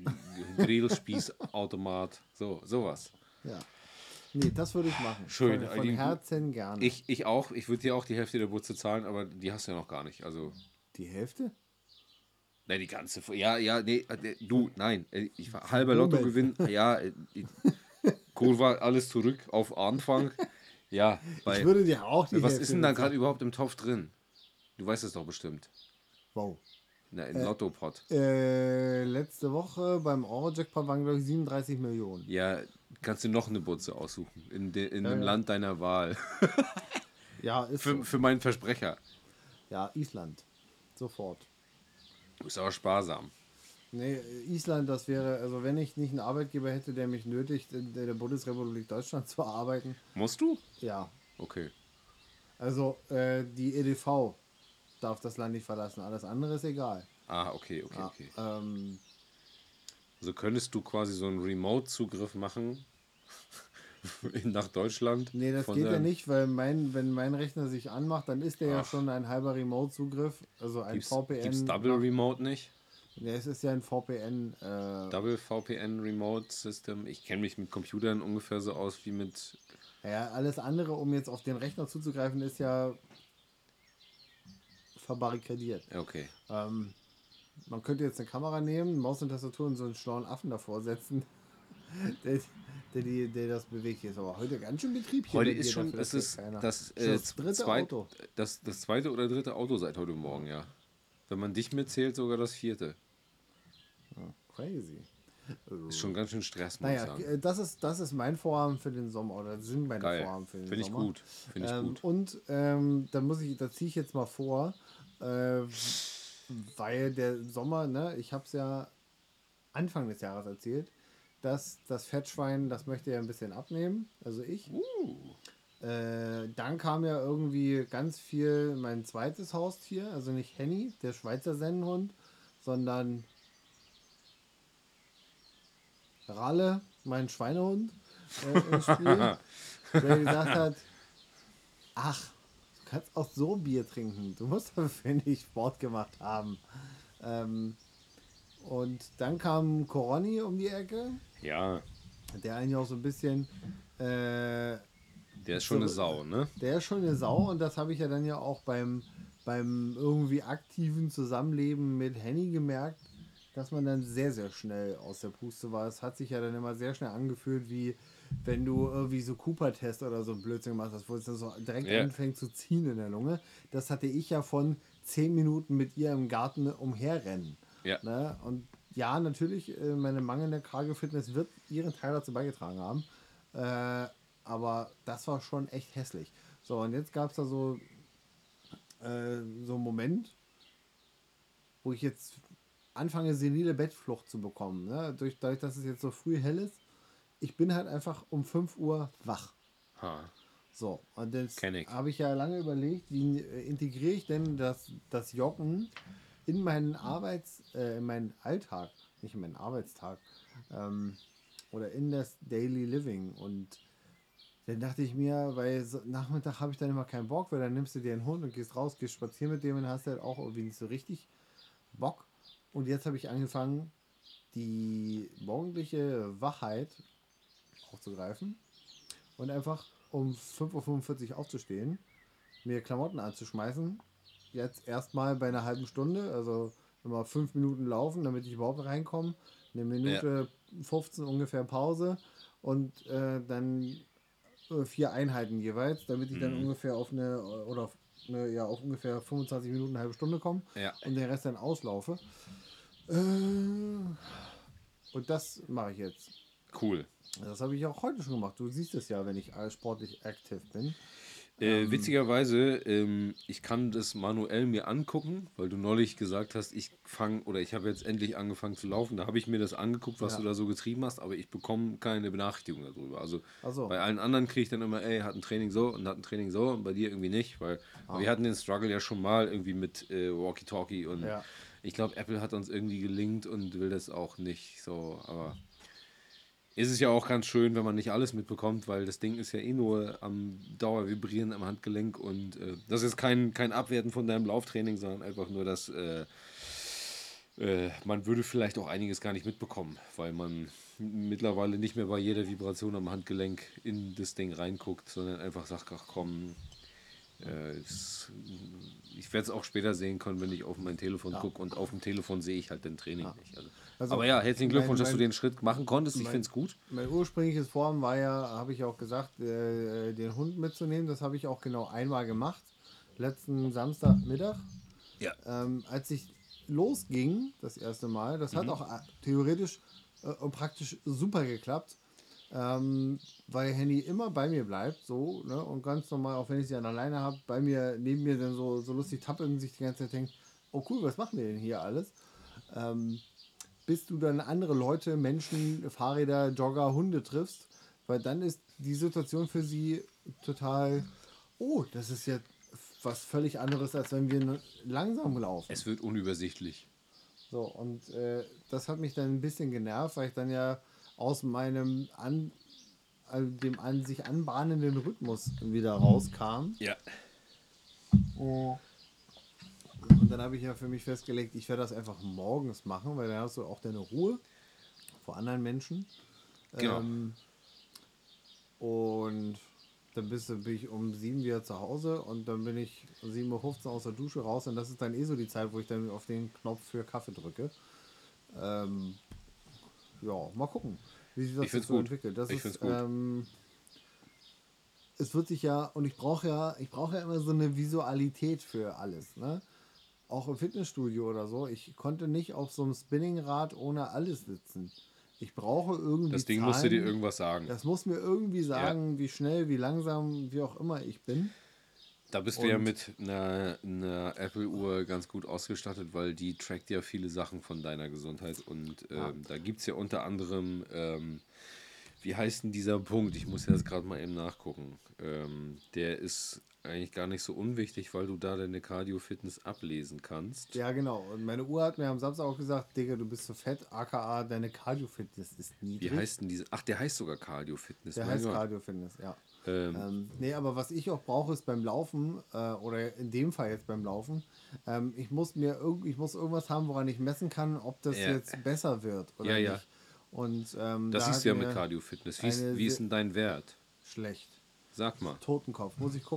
Grillspießautomat, so, sowas. Ja. Nee, das würde ich machen. Schön. Von, von Die- Herzen gerne. Ich, ich auch, ich würde dir auch die Hälfte der Butze zahlen, aber die hast du ja noch gar nicht. Also, Die Hälfte? ne, die ganze. Ja, ja, nee, äh, du, nein. äh, Ich war halber Moment. Lottogewinn. Ja, äh, ich- Kurva, alles zurück auf Anfang. Ja, Ich bei. würde dir auch die Was Hälfte ist denn da bezahlen. gerade überhaupt im Topf drin? Du weißt es doch bestimmt. Wow. Na, im Lottopot. Äh, letzte Woche beim Euro-Jackpot waren, glaube ich, siebenunddreißig Millionen. Ja, kannst du noch eine Butze aussuchen. In, de, in Ja, dem ja. Land deiner Wahl. Ja, ist Für, so. für meinen Versprecher. Ja, Island. Sofort. Du bist aber sparsam. Nee, Island, das wäre, also wenn ich nicht einen Arbeitgeber hätte, der mich nötigt, in der Bundesrepublik Deutschland zu arbeiten, Musst du? ja. Okay. Also äh, die E D V darf das Land nicht verlassen, alles andere ist egal. Ah, okay, okay, Ja, okay. ähm, Also könntest du quasi so einen Remote-Zugriff machen in- nach Deutschland? nee, das von geht ja deinem- nicht, weil mein, wenn mein Rechner sich anmacht, dann ist der ja Ach. schon ein halber Remote-Zugriff, also ein Gibt's, V P N. gibt's Double Remote nicht? Ja, es ist ja ein V P N. Äh, Double V P N Remote System. Ich kenne mich mit Computern ungefähr so aus wie mit. ja, alles andere, um jetzt auf den Rechner zuzugreifen, ist ja verbarrikadiert. Ja, okay. Ähm, man könnte jetzt eine Kamera nehmen, Maus und Tastatur und so einen schlauen Affen davor setzen, der, der, die, der das bewegt. Hier ist aber heute ganz schön Betrieb hier. Heute bei ist dir schon, dafür, das dass ist hier keiner- das, Schon äh, das dritte zweit- Auto. Das, das zweite oder dritte Auto seit heute Morgen, ja. Wenn man dich mitzählt, sogar das vierte. Crazy. Ist schon ganz schön Stress, muss Naja, ich sagen. äh, das ist, das ist mein Vorhaben für den Sommer, oder das sind meine Geil. Vorhaben für den Finde ich Sommer. gut. Finde ich ähm, gut. Und ähm, da muss ich, da ziehe ich jetzt mal vor, äh, weil der Sommer, ne, ich habe es ja Anfang des Jahres erzählt, dass das Fettschwein, das möchte ja ein bisschen abnehmen, also ich. Uh. Äh, dann kam ja irgendwie ganz viel mein zweites Haustier, also nicht Henny, der Schweizer Sennenhund, sondern Ralle, mein Schweinehund, äh, ins Spiel, der gesagt hat, ach, du kannst auch so Bier trinken, du musst dafür nicht Sport gemacht haben. Ähm, und dann kam Coroni um die Ecke, Ja, der eigentlich auch so ein bisschen, äh, der ist schon eine So, Sau, ne? der ist schon eine Sau und das habe ich ja dann ja auch beim, beim irgendwie aktiven Zusammenleben mit Henny gemerkt, dass man dann sehr, sehr schnell aus der Puste war. Es hat sich ja dann immer sehr schnell angefühlt, wie wenn du irgendwie so Cooper-Test oder so ein Blödsinn gemacht hast, wo es dann so direkt Ja. anfängt zu ziehen in der Lunge. Das hatte ich ja von zehn Minuten mit ihr im Garten umherrennen. Ja. Ne? Und ja, natürlich, äh, meine mangelnde Cardio-Fitness wird ihren Teil dazu beigetragen haben. Äh, aber das war schon echt hässlich. So, und jetzt gab es da so, äh, so einen Moment, wo ich jetzt anfange, senile Bettflucht zu bekommen. Ne? Durch, dadurch, dass es jetzt so früh hell ist. Ich bin halt einfach um fünf Uhr wach. Ha. So, und jetzt Kenn ich. habe ich ja lange überlegt, wie äh, integriere ich denn das, das Joggen in meinen Arbeits, äh, in meinen Alltag, nicht in meinen Arbeitstag, ähm, oder in das Daily Living. Und dann dachte ich mir, weil so, Nachmittag habe ich dann immer keinen Bock, weil dann nimmst du dir einen Hund und gehst raus, gehst spazieren mit dem und hast halt auch irgendwie nicht so richtig Bock. Und jetzt habe ich angefangen, die morgendliche Wachheit aufzugreifen und einfach um fünf Uhr fünfundvierzig aufzustehen, mir Klamotten anzuschmeißen. Jetzt erstmal bei einer halben Stunde, also immer fünf Minuten laufen, damit ich überhaupt reinkomme. Eine Minute fünfzehn ungefähr Pause und äh, dann äh, vier Einheiten jeweils, damit ich dann Mhm. ungefähr auf eine oder auf, eine, ja, auf ungefähr fünfundzwanzig Minuten, eine halbe Stunde komme Ja. und den Rest dann auslaufe. Äh, und das mache ich jetzt. Cool. Das habe ich auch heute schon gemacht. Du siehst es ja, wenn ich äh, sportlich aktiv bin. Äh, witzigerweise, ähm, ich kann das manuell mir angucken, weil du neulich gesagt hast, ich fange oder ich habe jetzt endlich angefangen zu laufen. Da habe ich mir das angeguckt, was Ja. du da so getrieben hast, aber ich bekomme keine Benachrichtigung darüber. Also Ach so. bei allen anderen kriege ich dann immer, ey, hat ein Training so und hat ein Training so und bei dir irgendwie nicht, weil Ah. wir hatten den Struggle ja schon mal irgendwie mit äh, Walkie-Talkie und Ja. ich glaube, Apple hat uns irgendwie gelinkt und will das auch nicht so, aber ist es ja auch ganz schön, wenn man nicht alles mitbekommt, weil das Ding ist ja eh nur am Dauervibrieren am Handgelenk und äh, das ist kein, kein Abwerten von deinem Lauftraining, sondern einfach nur, dass äh, äh, man würde vielleicht auch einiges gar nicht mitbekommen, weil man mittlerweile nicht mehr bei jeder Vibration am Handgelenk in das Ding reinguckt, sondern einfach sagt, ach komm, äh, es, ich werde es auch später sehen können, wenn ich auf mein Telefon gucke und auf dem Telefon sehe ich halt den Training nicht. Also, Also, aber ja, herzlichen mein- Glückwunsch, dass du mein- den Schritt machen konntest. Ich mein- finde es gut. Mein ursprüngliches Vorhaben war ja, habe ich auch gesagt, äh, den Hund mitzunehmen. Das habe ich auch genau einmal gemacht. Letzten Samstagmittag. Ja. Ähm, als ich losging, das erste Mal, das hat auch äh, theoretisch äh, und praktisch super geklappt. Ähm, weil Henny immer bei mir bleibt, so, ne, und ganz normal, auch wenn ich sie dann alleine habe, bei mir, neben mir dann so, so lustig tappeln und sich die ganze Zeit denkt, oh cool, was machen wir denn hier alles? Ähm, bis du dann andere Leute, Menschen, Fahrräder, Jogger, Hunde triffst, weil dann ist die Situation für sie total, oh, das ist ja was völlig anderes, als wenn wir langsam laufen. Es wird unübersichtlich. So, und äh, das hat mich dann ein bisschen genervt, weil ich dann ja aus meinem an, also dem an sich anbahnenden Rhythmus wieder rauskam. Ja. Oh. Und dann habe ich ja für mich festgelegt, ich werde das einfach morgens machen, weil dann hast du auch deine Ruhe vor anderen Menschen. Genau. Ähm, und dann bist du, bin ich um sieben wieder zu Hause und dann bin ich um sieben Uhr fünfzehn aus der Dusche raus und das ist dann eh so die Zeit, wo ich dann auf den Knopf für Kaffee drücke. Ähm, ja, mal gucken, wie sich das Ich find's so gut. entwickelt. Das Ich ist, find's gut. Ähm, es wird sich ja, und ich brauche ja, ich brauche ja immer so eine Visualität für alles, ne? Auch im Fitnessstudio oder so. Ich konnte nicht auf so einem Spinningrad ohne alles sitzen. Ich brauche irgendwie Das Ding Zahlen. musste dir irgendwas sagen. Das muss mir irgendwie sagen, wie schnell, wie langsam, wie auch immer ich bin. Da bist du ja Und- mit einer, einer Apple-Uhr ganz gut ausgestattet, weil die trackt ja viele Sachen von deiner Gesundheit. Und ähm, Ja. da gibt es ja unter anderem, ähm, wie heißt denn dieser Punkt? Ich muss jetzt gerade mal eben nachgucken. Ähm, der ist eigentlich gar nicht so unwichtig, weil du da deine Cardio-Fitness ablesen kannst. Ja, genau. Und meine Uhr hat mir am Samstag auch gesagt, Digga, du bist zu fett, aka deine Cardio-Fitness ist niedrig. Wie heißt denn diese? Ach, der heißt sogar Cardio-Fitness. Der mein heißt Gott. Cardio-Fitness, ja. Ähm, Ähm, nee, aber was ich auch brauche, ist beim Laufen, äh, oder in dem Fall jetzt beim Laufen, ähm, ich muss mir irg ich muss irgendwas haben, woran ich messen kann, ob das Ja. jetzt besser wird oder Ja, ja. nicht. Und ähm, das da siehst du ja hat mit mir Cardio-Fitness. Wie ist, eine wie ist se- denn dein Wert? schlecht. Sag mal. Totenkopf, muss ich gucken.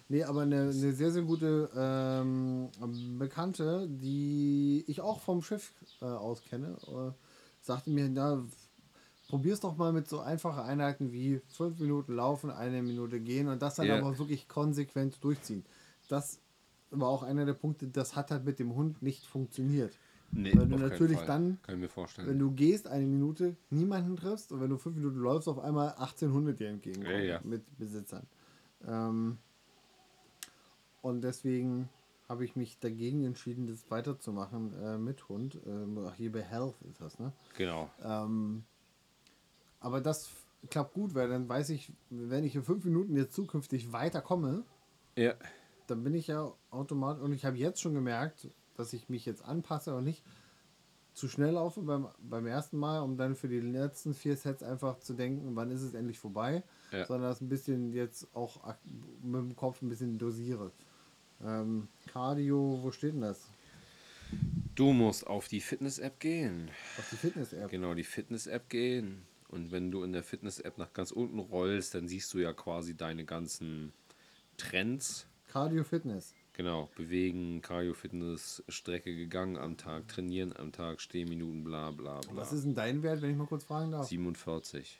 Nee, aber eine, eine sehr, sehr gute ähm, Bekannte, die ich auch vom Schiff äh, aus kenne, äh, sagte mir, na, probier's doch mal mit so einfachen Einheiten wie fünf Minuten laufen, eine Minute gehen und das dann Ja. aber wirklich konsequent durchziehen. Das war auch einer der Punkte, das hat halt mit dem Hund nicht funktioniert. Nee, Weil du auf keinen natürlich Fall. dann, Kann ich mir vorstellen. wenn du gehst, eine Minute niemanden triffst und wenn du fünf Minuten läufst, auf einmal achtzehn Hunde dir entgegenkommen Ja, ja. mit Besitzern. Ähm, und deswegen habe ich mich dagegen entschieden, das weiterzumachen äh, mit Hund. Ähm, ach, hier bei Health ist das, ne? Genau. Ähm, aber das f- klappt gut, weil dann weiß ich, wenn ich in fünf Minuten jetzt zukünftig weiterkomme, Ja. dann bin ich ja automatisch, und ich habe jetzt schon gemerkt, dass ich mich jetzt anpasse und nicht zu schnell laufe beim, beim ersten Mal, um dann für die letzten vier Sets einfach zu denken, wann ist es endlich vorbei, Ja. sondern das ein bisschen jetzt auch ak- mit dem Kopf ein bisschen dosiere. Ähm, Cardio, wo steht denn das? Du musst auf die Fitness-App gehen. Auf die Fitness-App. Genau, die Fitness-App gehen. Und wenn du in der Fitness-App nach ganz unten rollst, dann siehst du ja quasi deine ganzen Trends. Cardio Fitness. Genau, bewegen, Cardio, Fitness, Strecke gegangen am Tag, trainieren am Tag, Stehminuten, bla bla bla. Was ist denn dein Wert, wenn ich mal kurz fragen darf? siebenundvierzig.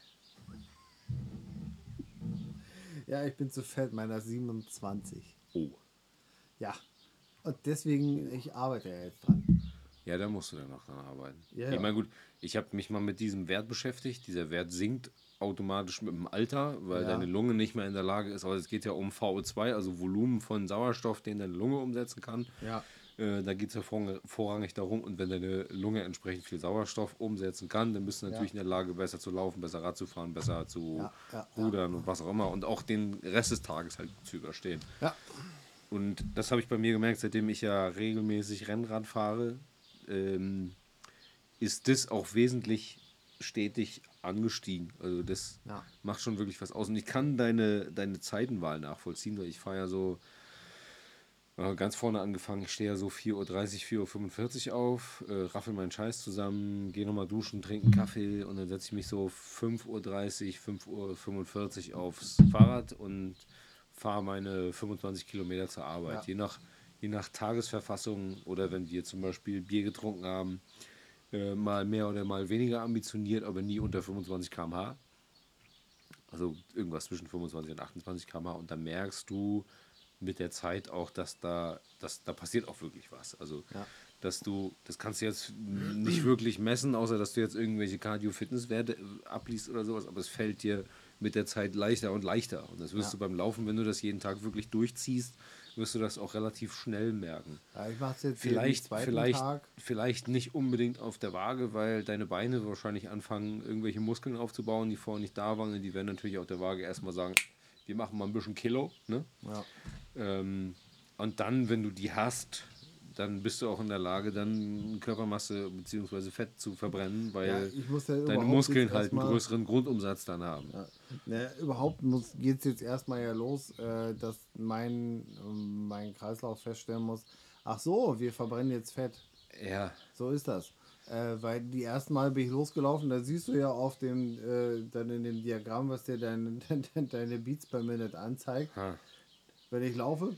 Ja, ich bin zu fett, meiner siebenundzwanzig. Oh. Ja. Und deswegen, ich arbeite ja jetzt dran. Ja, da musst du dann noch dran arbeiten. Ja, Ich ja. meine, gut, ich habe mich mal mit diesem Wert beschäftigt. Dieser Wert sinkt automatisch mit dem Alter, weil Ja. deine Lunge nicht mehr in der Lage ist. Aber es geht ja um V O zwei, also Volumen von Sauerstoff, den deine Lunge umsetzen kann. Ja. Äh, da geht es ja vorrang- vorrangig darum, und wenn deine Lunge entsprechend viel Sauerstoff umsetzen kann, dann bist du natürlich Ja. in der Lage, besser zu laufen, besser Rad zu fahren, besser zu Ja, ja, rudern und was auch immer. Und auch den Rest des Tages halt zu überstehen. Ja. Und das habe ich bei mir gemerkt, seitdem ich ja regelmäßig Rennrad fahre, ähm, ist das auch wesentlich stetig angestiegen. Also das Ja. macht schon wirklich was aus. Und ich kann deine, deine Zeitenwahl nachvollziehen, weil ich fahre ja so äh, ganz vorne angefangen. Ich stehe ja so vier Uhr dreißig, vier Uhr fünfundvierzig auf, äh, raffel meinen Scheiß zusammen, gehe nochmal duschen, trinke einen Kaffee und dann setze ich mich so fünf Uhr dreißig, fünf Uhr fünfundvierzig aufs Fahrrad und fahre meine fünfundzwanzig Kilometer zur Arbeit. Ja. Je nach, je nach Tagesverfassung oder wenn wir zum Beispiel Bier getrunken haben, äh, mal mehr oder mal weniger ambitioniert, aber nie unter fünfundzwanzig Kilometer pro Stunde. Also irgendwas zwischen fünfundzwanzig und achtundzwanzig Kilometer pro Stunde. Und dann merkst du mit der Zeit auch, dass da, dass da passiert auch wirklich was. Also, Ja. dass du, das kannst du jetzt nicht wirklich messen, außer dass du jetzt irgendwelche Cardio-Fitness-Werte abliest oder sowas, aber es fällt dir mit der Zeit leichter und leichter. Und das wirst Ja. du beim Laufen, wenn du das jeden Tag wirklich durchziehst, wirst du das auch relativ schnell merken. Ja, ich mache es jetzt hier den Vielleicht, zweiten vielleicht, Tag. vielleicht nicht unbedingt auf der Waage, weil deine Beine wahrscheinlich anfangen, irgendwelche Muskeln aufzubauen, die vorher nicht da waren. Und die werden natürlich auf der Waage erstmal sagen, wir machen mal ein bisschen Kilo. Ne? Ja. Ähm, und dann, wenn du die hast, dann bist du auch in der Lage, dann Körpermasse bzw. Fett zu verbrennen, weil Ja, ich muss ja deine überhaupt Muskeln jetzt halt einen erstmal- größeren Grundumsatz dann haben. Ja. Ne, überhaupt geht es jetzt erstmal ja los, äh, dass mein, ähm, mein Kreislauf feststellen muss, ach so, wir verbrennen jetzt Fett. Ja, So ist das. Äh, weil die ersten Mal bin ich losgelaufen, da siehst du ja auf dem, äh, dann in dem Diagramm, was dir deine, deine Beats per Minute anzeigt. ha, Wenn ich laufe,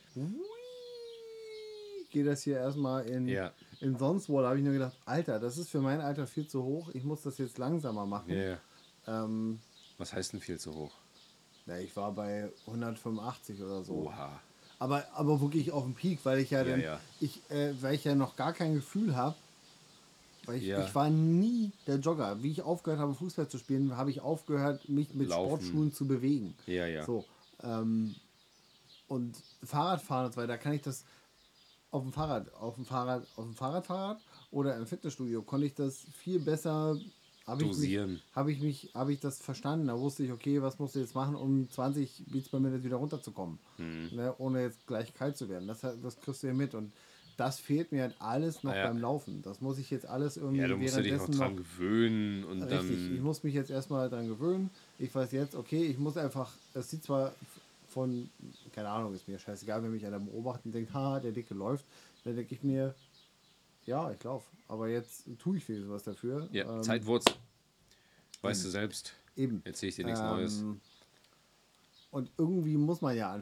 geht das hier erstmal in, ja, in sonst wo. Da habe ich nur gedacht, Alter, das ist für mein Alter viel zu hoch. Ich muss das jetzt langsamer machen. ja, ja. Ähm, Was heißt denn viel zu hoch? ja, ich war bei hundertfünfundachtzig oder so. Oha. Aber, aber wirklich auf dem Peak, weil ich ja, Ja, dann, ja. Ich, äh, weil ich ja noch gar kein Gefühl habe. Weil ich, Ja. ich war nie der Jogger. Wie ich aufgehört habe, Fußball zu spielen, habe ich aufgehört, mich mit Laufen. Sportschuhen zu bewegen. Ja, ja. So, ähm, und Fahrradfahren und so weiter, da kann ich das auf dem Fahrrad, auf dem Fahrrad, auf dem Fahrradfahrrad oder im Fitnessstudio konnte ich das viel besser habe ich mich, Dosieren. habe ich mich, habe ich das verstanden. Da wusste ich, okay, was musst du jetzt machen, um zwanzig Beats per Minute wieder runterzukommen, Mhm. ne, ohne jetzt gleich kalt zu werden. Das, das kriegst du ja mit und das fehlt mir halt alles noch Ja. beim Laufen. Das muss ich jetzt alles irgendwie Ja, du musst ja dich auch währenddessen dran noch gewöhnen und richtig. Ich dann. muss mich jetzt erstmal dran gewöhnen. Ich weiß jetzt, okay, ich muss einfach, es sieht zwar von, keine Ahnung, ist mir scheißegal, wenn mich einer beobachtet und denkt, ha, der Dicke läuft, dann denke ich mir, ja, ich laufe. Aber jetzt tue ich viel was dafür. Ja, Ähm, Zeitwurz. Weißt du selbst. Eben. Erzähl ich dir nichts Neues. Ähm, und irgendwie muss man ja anfangen.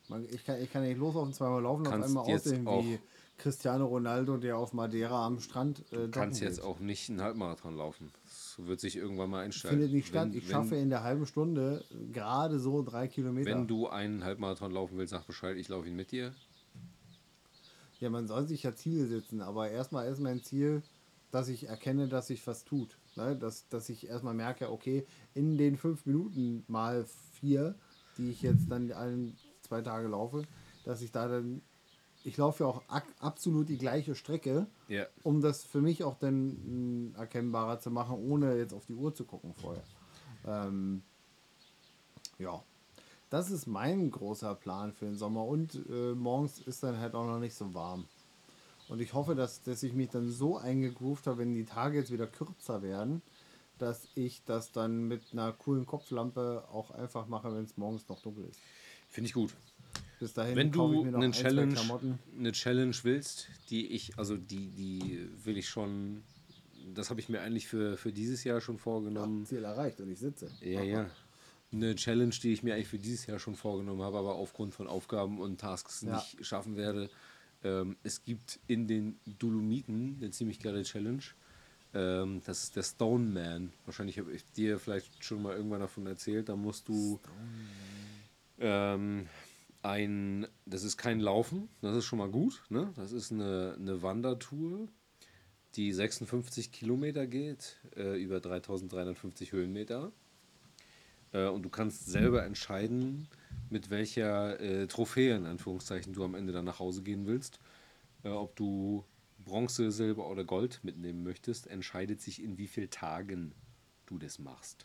Man, ich, kann, ich kann nicht loslaufen, zweimal laufen, auf Kannst einmal jetzt aussehen auch- wie Cristiano Ronaldo, der auf Madeira am Strand äh, Du joggen kannst jetzt geht. auch nicht einen Halbmarathon laufen. Das wird sich irgendwann mal einstellen. Findet nicht statt. Wenn- Ich wenn, schaffe in der halben Stunde gerade so drei Kilometer. Wenn du einen Halbmarathon laufen willst, sag Bescheid, ich laufe ihn mit dir. Ja, man soll sich ja Ziele setzen, aber erstmal ist mein Ziel, dass ich erkenne, dass sich was tut. Ne? Dass, dass ich erstmal merke, okay, in den fünf Minuten mal vier, die ich jetzt dann allen zwei Tage laufe, dass ich da dann, ich laufe ja auch ak- absolut die gleiche Strecke, Ja. um das für mich auch dann mh, erkennbarer zu machen, ohne jetzt auf die Uhr zu gucken vorher. Ähm, ja, das ist mein großer Plan für den Sommer und äh, morgens ist dann halt auch noch nicht so warm. Und ich hoffe, dass, dass ich mich dann so eingegroovt habe, wenn die Tage jetzt wieder kürzer werden, dass ich das dann mit einer coolen Kopflampe auch einfach mache, wenn es morgens noch dunkel ist. Finde ich gut. Bis dahin Wenn kaufe ich du mir noch eine ein, zwei Challenge, Klamotten. eine Challenge willst, die ich, also die, die will ich schon, das habe ich mir eigentlich für, für dieses Jahr schon vorgenommen. Ziel erreicht und ich sitze. Ja, ja. Eine Challenge, die ich mir eigentlich für dieses Jahr schon vorgenommen habe, aber aufgrund von Aufgaben und Tasks Ja. nicht schaffen werde. Ähm, es gibt in den Dolomiten eine ziemlich geile Challenge. Ähm, das ist der Stone Man. Wahrscheinlich habe ich dir vielleicht schon mal irgendwann davon erzählt. Da musst du ähm, ein, das ist kein Laufen, das ist schon mal gut. Ne? Das ist eine, eine Wandertour, die sechsundfünfzig Kilometer geht, äh, über dreitausenddreihundertfünfzig Höhenmeter. Äh, und du kannst selber entscheiden, mit welcher äh, Trophäe, in Anführungszeichen, du am Ende dann nach Hause gehen willst. Äh, ob du Bronze, Silber oder Gold mitnehmen möchtest, entscheidet sich, in wie vielen Tagen du das machst.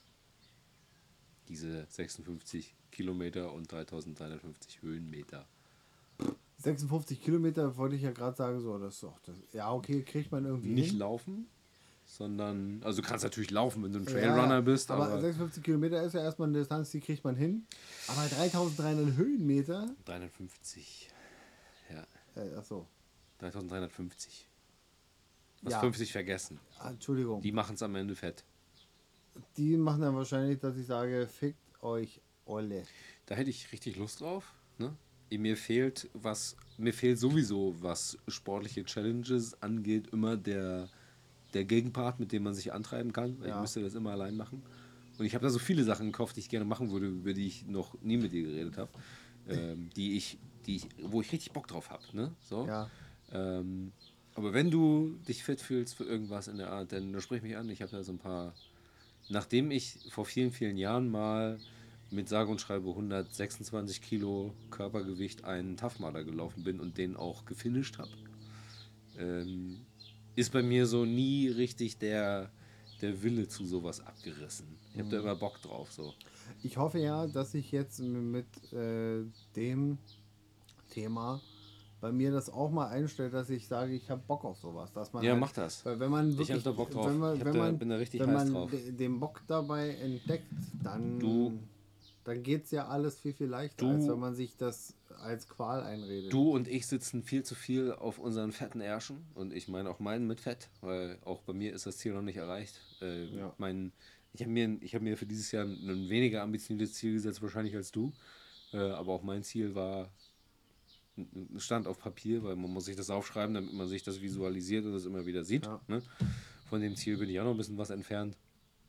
Diese sechsundfünfzig Kilometer und dreitausenddreihundertfünfzig Höhenmeter. sechsundfünfzig Kilometer wollte ich ja gerade sagen, so, das ist doch das. Ja, okay, kriegt man irgendwie Nicht hin. laufen, sondern, also du kannst natürlich laufen, wenn du ein Ja, Trailrunner bist, aber, aber sechsundfünfzig Kilometer ist ja erstmal eine Distanz, die kriegt man hin. Aber dreitausenddreihundert Höhenmeter, dreihundertfünfzig. Ja, äh, achso, dreitausenddreihundertfünfzig. Hast Ja. fünfzig vergessen. ah, Entschuldigung. Die machen es am Ende fett. Die machen dann wahrscheinlich, dass ich sage, fickt euch alle. Da hätte ich richtig Lust drauf. Ne? Mir fehlt was, mir fehlt sowieso, was sportliche Challenges angeht, immer der, der Gegenpart, mit dem man sich antreiben kann. Weil Ja. Ich müsste das immer allein machen. Und ich habe da so viele Sachen im Kopf, die ich gerne machen würde, über die ich noch nie mit dir geredet habe. Ähm, die ich, die ich, wo ich richtig Bock drauf habe. Ne? So. Ja. Ähm, aber wenn du dich fit fühlst für irgendwas in der Art, dann sprich mich an. Ich habe da so ein paar. Nachdem ich vor vielen, vielen Jahren mal mit sage und schreibe hundertsechsundzwanzig Kilo Körpergewicht einen Tough Mudder gelaufen bin und den auch gefinisht habe, ähm, ist bei mir so nie richtig der, der Wille zu sowas abgerissen. Ich habe da immer Bock drauf. So. Ich hoffe ja, dass ich jetzt mit äh, dem Thema bei mir das auch mal einstellt, dass ich sage, ich habe Bock auf sowas. Dass man Ja, halt, mach das. Weil wenn man Ich wirklich, hab da Bock drauf. Wenn man, Ich hab wenn da- man, bin da richtig wenn heiß man drauf. de- den Bock dabei entdeckt, dann, Du- dann geht es ja alles viel, viel leichter, Du- als wenn man sich das als Qual einredet. Du und ich sitzen viel zu viel auf unseren fetten Ärschen und ich meine auch meinen mit Fett, weil auch bei mir ist das Ziel noch nicht erreicht. Äh, Ja. mein, ich habe mir, ich hab mir für dieses Jahr ein weniger ambitioniertes Ziel gesetzt, wahrscheinlich als du, äh, aber auch mein Ziel war, stand auf Papier, weil man muss sich das aufschreiben, damit man sich das visualisiert und das immer wieder sieht. Ja. Ne? Von dem Ziel bin ich auch noch ein bisschen was entfernt.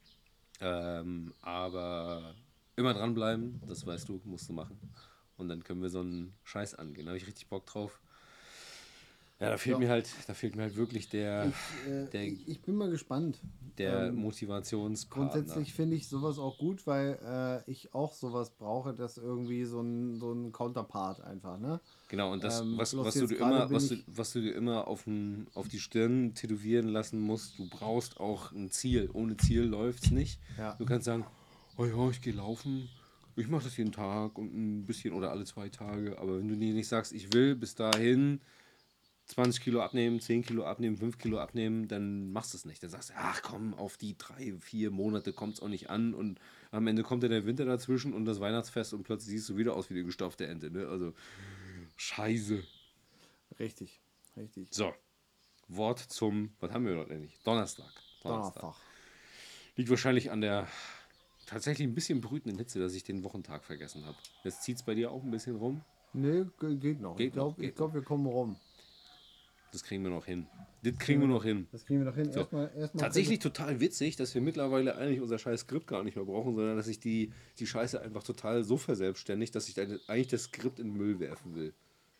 Ähm, aber immer dranbleiben, das weißt du, musst du machen. Und dann können wir so einen Scheiß angehen. Da habe ich richtig Bock drauf. Ja, da fehlt Ja. mir halt, da fehlt mir halt wirklich der, Ich, äh, der, ich, ich bin mal gespannt. der ähm, Motivationspartner. Grundsätzlich finde ich sowas auch gut, weil äh, ich auch sowas brauche, das irgendwie so ein, so ein Counterpart einfach, ne? Genau, und das, ähm, was, bloß was, du jetzt dir gerade immer, bin was, du, ich- was du dir immer auf, den, auf die Stirn tätowieren lassen musst, du brauchst auch ein Ziel. Ohne Ziel läuft es nicht. Ja. Du kannst sagen, oh ja, ich gehe laufen, ich mache das jeden Tag und ein bisschen oder alle zwei Tage. Aber wenn du dir nicht sagst, ich will bis dahin zwanzig Kilo abnehmen, zehn Kilo abnehmen, fünf Kilo abnehmen, dann machst du es nicht. Dann sagst du, ach komm, auf die drei, vier Monate kommt es auch nicht an und am Ende kommt ja der Winter dazwischen und das Weihnachtsfest und plötzlich siehst du wieder aus wie die gestopfte Ente. Ne? Also, scheiße. Richtig, richtig. So, Wort zum, was haben wir heute nicht? Donnerstag. Donnerstag. Liegt wahrscheinlich an der tatsächlich ein bisschen brütenden Hitze, dass ich den Wochentag vergessen habe. Jetzt zieht es bei dir auch ein bisschen rum. Nee, ge- geht noch. Geht ich glaube, noch, geht glaub, wir kommen rum. Das kriegen wir noch hin. Das kriegen wir noch hin. Das kriegen wir noch hin. So. Erstmal, erstmal Tatsächlich total witzig, dass wir mittlerweile eigentlich unser scheiß Skript gar nicht mehr brauchen, sondern dass sich die, die Scheiße einfach total so verselbstständigt, dass ich dann eigentlich das Skript in den Müll werfen will.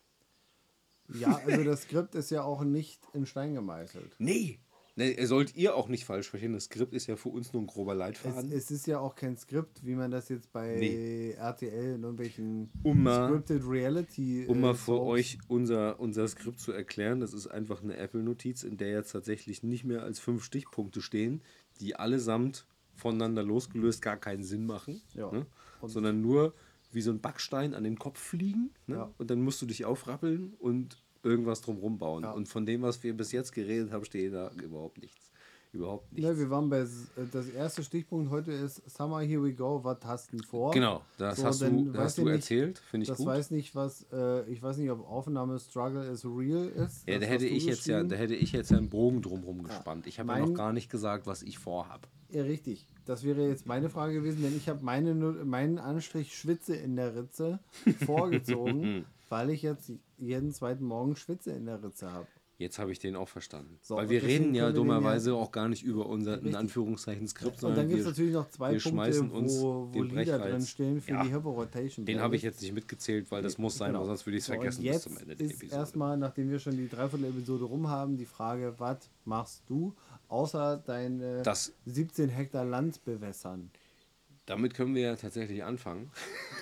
Ja, also das Skript ist ja auch nicht in Stein gemeißelt. Nee! Ne, sollt ihr auch nicht falsch verstehen, das Skript ist ja für uns nur ein grober Es, Leitfaden. es ist ja auch kein Skript, wie man das jetzt bei Nee. R T L in irgendwelchen Um mal- Scripted Reality Um mal äh, für Soaps- euch unser, unser Skript zu erklären, das ist einfach eine Apple-Notiz, in der jetzt tatsächlich nicht mehr als fünf Stichpunkte stehen, die allesamt voneinander losgelöst gar keinen Sinn machen, Ja. ne? Und- sondern nur wie so ein Backstein an den Kopf fliegen, ne? Ja. Und dann musst du dich aufrappeln und irgendwas drumherum bauen. Ja. Und von dem, was wir bis jetzt geredet haben, steht da überhaupt nichts. Überhaupt nichts. Ja, wir waren bei, s- äh, das erste Stichpunkt heute ist Summer, here we go, was hast du denn vor? Genau, das So, hast dann du, weiß hast ich du nicht- erzählt, finde ich Das gut. weiß nicht, was, äh, ich weiß nicht, ob Aufnahme Struggle is real ist. Ja, Das da hätte hast du ich jetzt ja, geschrieben. da hätte ich jetzt ja einen Bogen drumherum gespannt. Ich habe ja Mein- noch gar nicht gesagt, was ich vorhab. Ja, richtig. Das wäre jetzt meine Frage gewesen, denn ich habe meine, Not- meinen Anstrich Schwitze in der Ritze vorgezogen, weil ich jetzt jeden zweiten Morgen Schwitze in der Ritze habe. Jetzt habe ich den auch verstanden. So, Weil und wir deswegen reden ja können wir den dummerweise auch gar nicht über unser, in Richtig. Anführungszeichen, Skript, Und sondern dann gibt es wir, natürlich noch zwei wir Punkte, schmeißen uns wo, wo den Lieder Brechreiz. drin stehen für Ja, die Hyper Rotation. Den habe ich jetzt nicht mitgezählt, weil das muss sein, Genau. weil sonst würde ich es So, und vergessen jetzt bis zum Ende der ist Episode. erstmal, nachdem wir schon die Dreiviertel-Episode rum haben, die Frage, was machst du, außer deine Das- siebzehn Hektar Land bewässern? Damit können wir ja tatsächlich anfangen.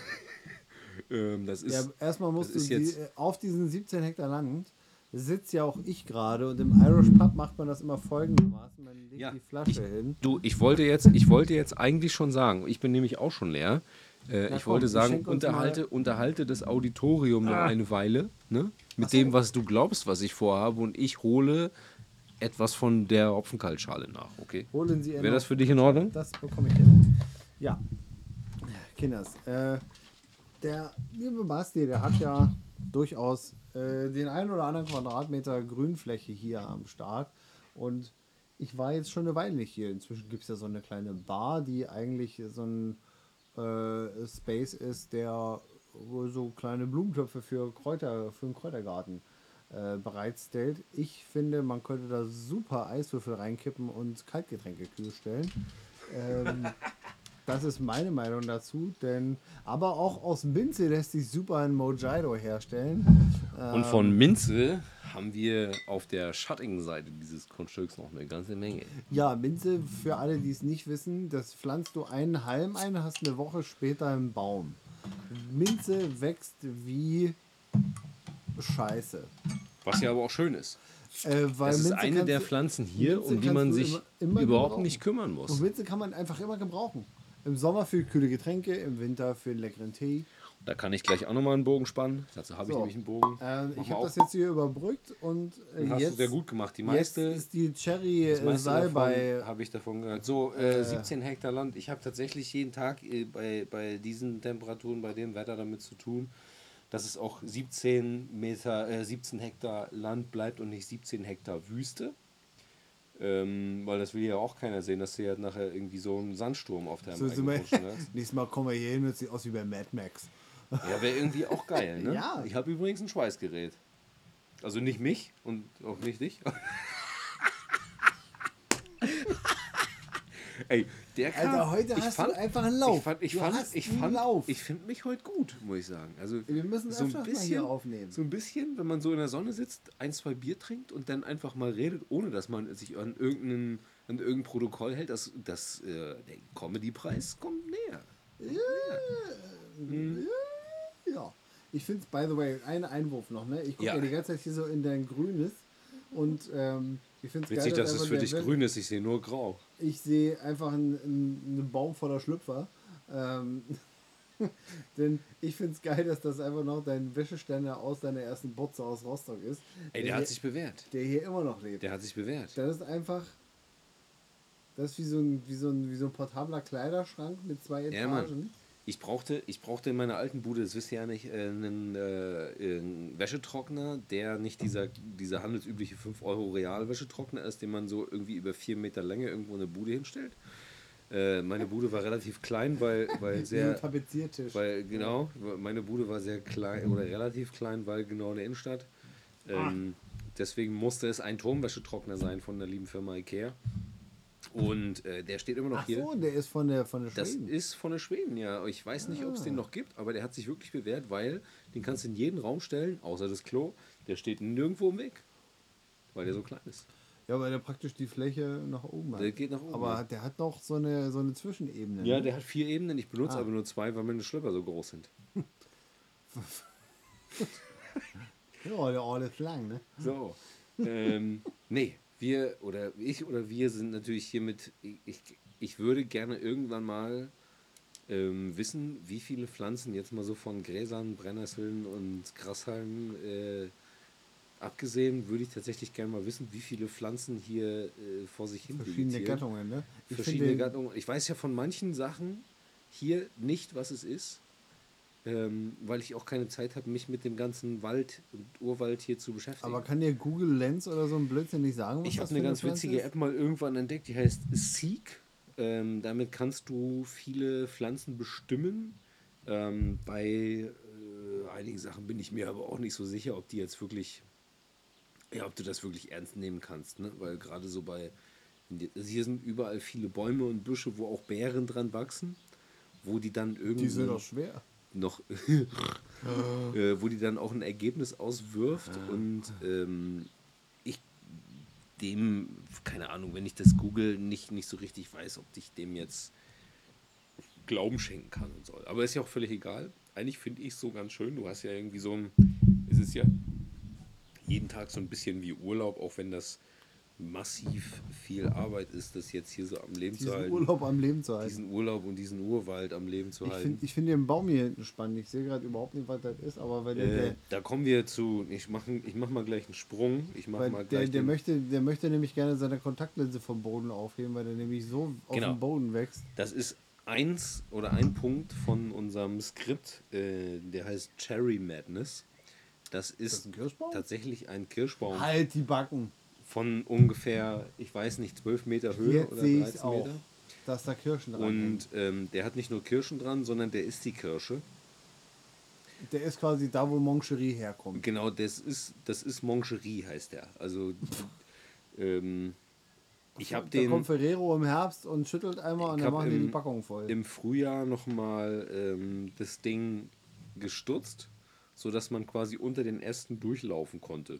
ähm, das ist, Ja, erstmal musst das du ist die, jetzt- äh, auf diesen siebzehn Hektar Land sitzt ja auch ich gerade und im Irish Pub macht man das immer folgendermaßen, man legt Ja, die Flasche ich- hin. Du, ich wollte jetzt, ich wollte jetzt eigentlich schon sagen, ich bin nämlich auch schon leer. Äh, Na ich komm, wollte ich sagen, schenk uns unterhalte, mal- unterhalte das Auditorium noch Ah. eine Weile, ne? Mit Ach so. dem, was du glaubst, was ich vorhabe, und ich hole etwas von der Hopfenkaltschale nach, okay? Holen Sie Wäre das für dich in Ordnung? Das bekomme ich hin. Ja. Kinders, äh, der liebe Basti, der hat ja durchaus äh, den einen oder anderen Quadratmeter Grünfläche hier am Start. Und ich war jetzt schon eine Weile nicht hier. Inzwischen gibt es ja so eine kleine Bar, die eigentlich so ein äh, Space ist, der wohl so kleine Blumentöpfe für Kräuter, für einen Kräutergarten äh, bereitstellt. Ich finde, man könnte da super Eiswürfel reinkippen und Kaltgetränke kühl stellen. Ähm, das ist meine Meinung dazu, denn aber auch aus Minze lässt sich super ein Mojito herstellen. Und von Minze haben wir auf der schattigen Seite dieses Grundstücks noch eine ganze Menge. Ja, Minze, für alle, die es nicht wissen, das pflanzt du einen Halm ein, hast eine Woche später einen Baum. Minze wächst wie Scheiße. Was ja aber auch schön ist. Äh, weil Das ist Minze eine kannst der du- Pflanzen hier, Minze um die kannst man du sich immer- immer überhaupt gebrauchen. nicht kümmern Und muss. Minze kann man einfach immer gebrauchen. Im Sommer für kühle Getränke, im Winter für einen leckeren Tee. Da kann ich gleich auch nochmal einen Bogen spannen. Dazu habe ich So. nämlich einen Bogen. Ähm, Mach ich mal habe auf. das jetzt hier überbrückt und äh, Den hast jetzt, du sehr gut gemacht. Die jetzt meiste, ist die Cherry das äh, meiste Salbei. davon habe ich davon gehört. So, äh, siebzehn Hektar Land. Ich habe tatsächlich jeden Tag äh, bei, bei diesen Temperaturen, bei dem Wetter damit zu tun, dass es auch siebzehn Meter, äh, siebzehn Hektar Land bleibt und nicht siebzehn Hektar Wüste. Ähm, weil das will ja auch keiner sehen, dass du ja nachher irgendwie so einen Sandsturm auf deinem So sind wir, eigenen Grundstück hast. nächstes Mal kommen wir hier hin und es sieht aus wie bei Mad Max. Ja, wäre irgendwie auch geil, ne? Ja. Ich habe übrigens ein Schweißgerät. Also nicht mich und auch nicht dich. Ey, der kam, Alter, heute ich hast fand, du einfach einen Lauf. Ich fand, ich Du fand, hast ich einen fand, Lauf. ich finde mich heute gut, muss ich sagen. Also Wir müssen so ein öfters mal bisschen, hier aufnehmen. so ein bisschen, wenn man so in der Sonne sitzt, ein, zwei Bier trinkt und dann einfach mal redet, ohne dass man sich an irgendein, an irgendein Protokoll hält, dass, dass äh, der Comedy-Preis kommt näher. Ja. Ich finde es, by the way, ein Einwurf noch. Ne? Ich gucke ja. Ja. die ganze Zeit hier so in dein Grünes und ähm, ich finde es geil, Witzig, dass es einfach für der dich Wel- grün ist, ich sehe nur grau. Ich sehe einfach einen, einen, einen Baum voller Schlüpfer. Ähm, denn ich finde es geil, dass das einfach noch dein Wäscheständer aus deiner ersten Butze aus Rostock ist. Ey, der hier, hat sich bewährt. der hier immer noch lebt. Der hat sich bewährt. Das ist einfach. Das ist wie so ein, wie so ein, wie so ein portabler Kleiderschrank mit zwei Ja, Mann. Etagen. Ich brauchte, ich brauchte in meiner alten Bude, das wisst ihr ja nicht, äh, einen, äh, einen Wäschetrockner, der nicht dieser, dieser handelsübliche fünf Euro Real-Wäschetrockner ist, den man so irgendwie über vier Meter Länge irgendwo in der Bude hinstellt, Äh, meine Bude war relativ klein, weil, weil So sehr... ein Tapeziertisch. Weil, genau, meine Bude war sehr klein oder relativ klein, weil genau in der Innenstadt. Ähm, deswegen musste es ein Turmwäschetrockner sein von der lieben Firma Ikea. Und äh, der steht immer noch Ach hier. so, der ist von der, von der Das Schweden. ist von der Schweden, ja. Ich weiß nicht, ob es den noch gibt, aber der hat sich wirklich bewährt, weil den kannst du in jeden Raum stellen, außer das Klo. Der steht nirgendwo im Weg, weil der so klein ist. Ja, weil der praktisch die Fläche nach oben hat. Der geht nach oben. Aber ja. der hat noch so eine, so eine Zwischenebene. Ja, ne? der hat vier Ebenen. Ich benutze Ah. aber nur zwei, weil meine Schlöpper so groß sind. Ja, der Ohr ist lang, ne? So. ähm, nee, wir oder ich oder wir sind natürlich hiermit. Ich, ich, ich würde gerne irgendwann mal ähm, wissen, wie viele Pflanzen jetzt mal so von Gräsern, Brennnesseln und Grashalmen äh, abgesehen, würde ich tatsächlich gerne mal wissen, wie viele Pflanzen hier äh, vor sich hin Verschiedene vegetieren. Gattungen, ne? Ich Verschiedene finde, Gattungen. Ich weiß ja von manchen Sachen hier nicht, was es ist. Ähm, weil ich auch keine Zeit habe, mich mit dem ganzen Wald und Urwald hier zu beschäftigen. aber kann dir Google Lens oder so ein Blödsinn nicht sagen, was ich das habe eine für ganz Pflanze witzige ist? App mal irgendwann entdeckt, die heißt Seek. Ähm, damit kannst du viele Pflanzen bestimmen. Ähm, bei äh, einigen Sachen bin ich mir aber auch nicht so sicher, ob die jetzt wirklich, ja, ob du das wirklich ernst nehmen kannst, ne? Weil gerade so bei, also hier sind überall viele Bäume und Büsche, wo auch Beeren dran wachsen, wo die dann irgendwie Die sind doch schwer. noch, äh, wo die dann auch ein Ergebnis auswirft und ähm, ich dem, keine Ahnung, wenn ich das google, nicht, nicht so richtig weiß, ob ich dem jetzt Glauben schenken kann und soll. Aber ist ja auch völlig egal. Eigentlich finde ich es so ganz schön. Du hast ja irgendwie so ein, es ist ja jeden Tag so ein bisschen wie Urlaub, auch wenn das massiv viel Arbeit ist, das jetzt hier so am Leben zu Diesen halten. Urlaub am Leben zu halten. Diesen Urlaub und diesen Urwald am Leben zu Ich halten. finde ich find den Baum hier hinten spannend. Ich sehe gerade überhaupt nicht, was das ist, aber weil der, Äh, der, da kommen wir zu, ich mache ich mach mal gleich einen Sprung. Ich mache weil mal der, gleich der, den, möchte, der möchte nämlich gerne seine Kontaktlinse vom Boden aufheben, weil der nämlich so auf Genau. dem Boden wächst. Das ist eins oder ein Punkt von unserem Skript, äh, der heißt Cherry Madness. Das ist, das ein Kirschbaum? tatsächlich ein Kirschbaum Halt die Backen. von ungefähr, ich weiß nicht, zwölf Meter Höhe Jetzt oder sehe ich dreizehn auch, Meter. dass da Kirschen dran hängen. Und ähm, der hat nicht nur Kirschen dran, sondern der ist die Kirsche. Der ist quasi da, wo Moncherie herkommt. Genau, das ist, das ist Moncherie, heißt der. Also ähm, ich habe Da den kommt Ferrero im Herbst und schüttelt einmal und Ich dann hab machen die die im- Packung voll. im Frühjahr nochmal ähm, das Ding gestutzt, sodass man quasi unter den Ästen durchlaufen konnte.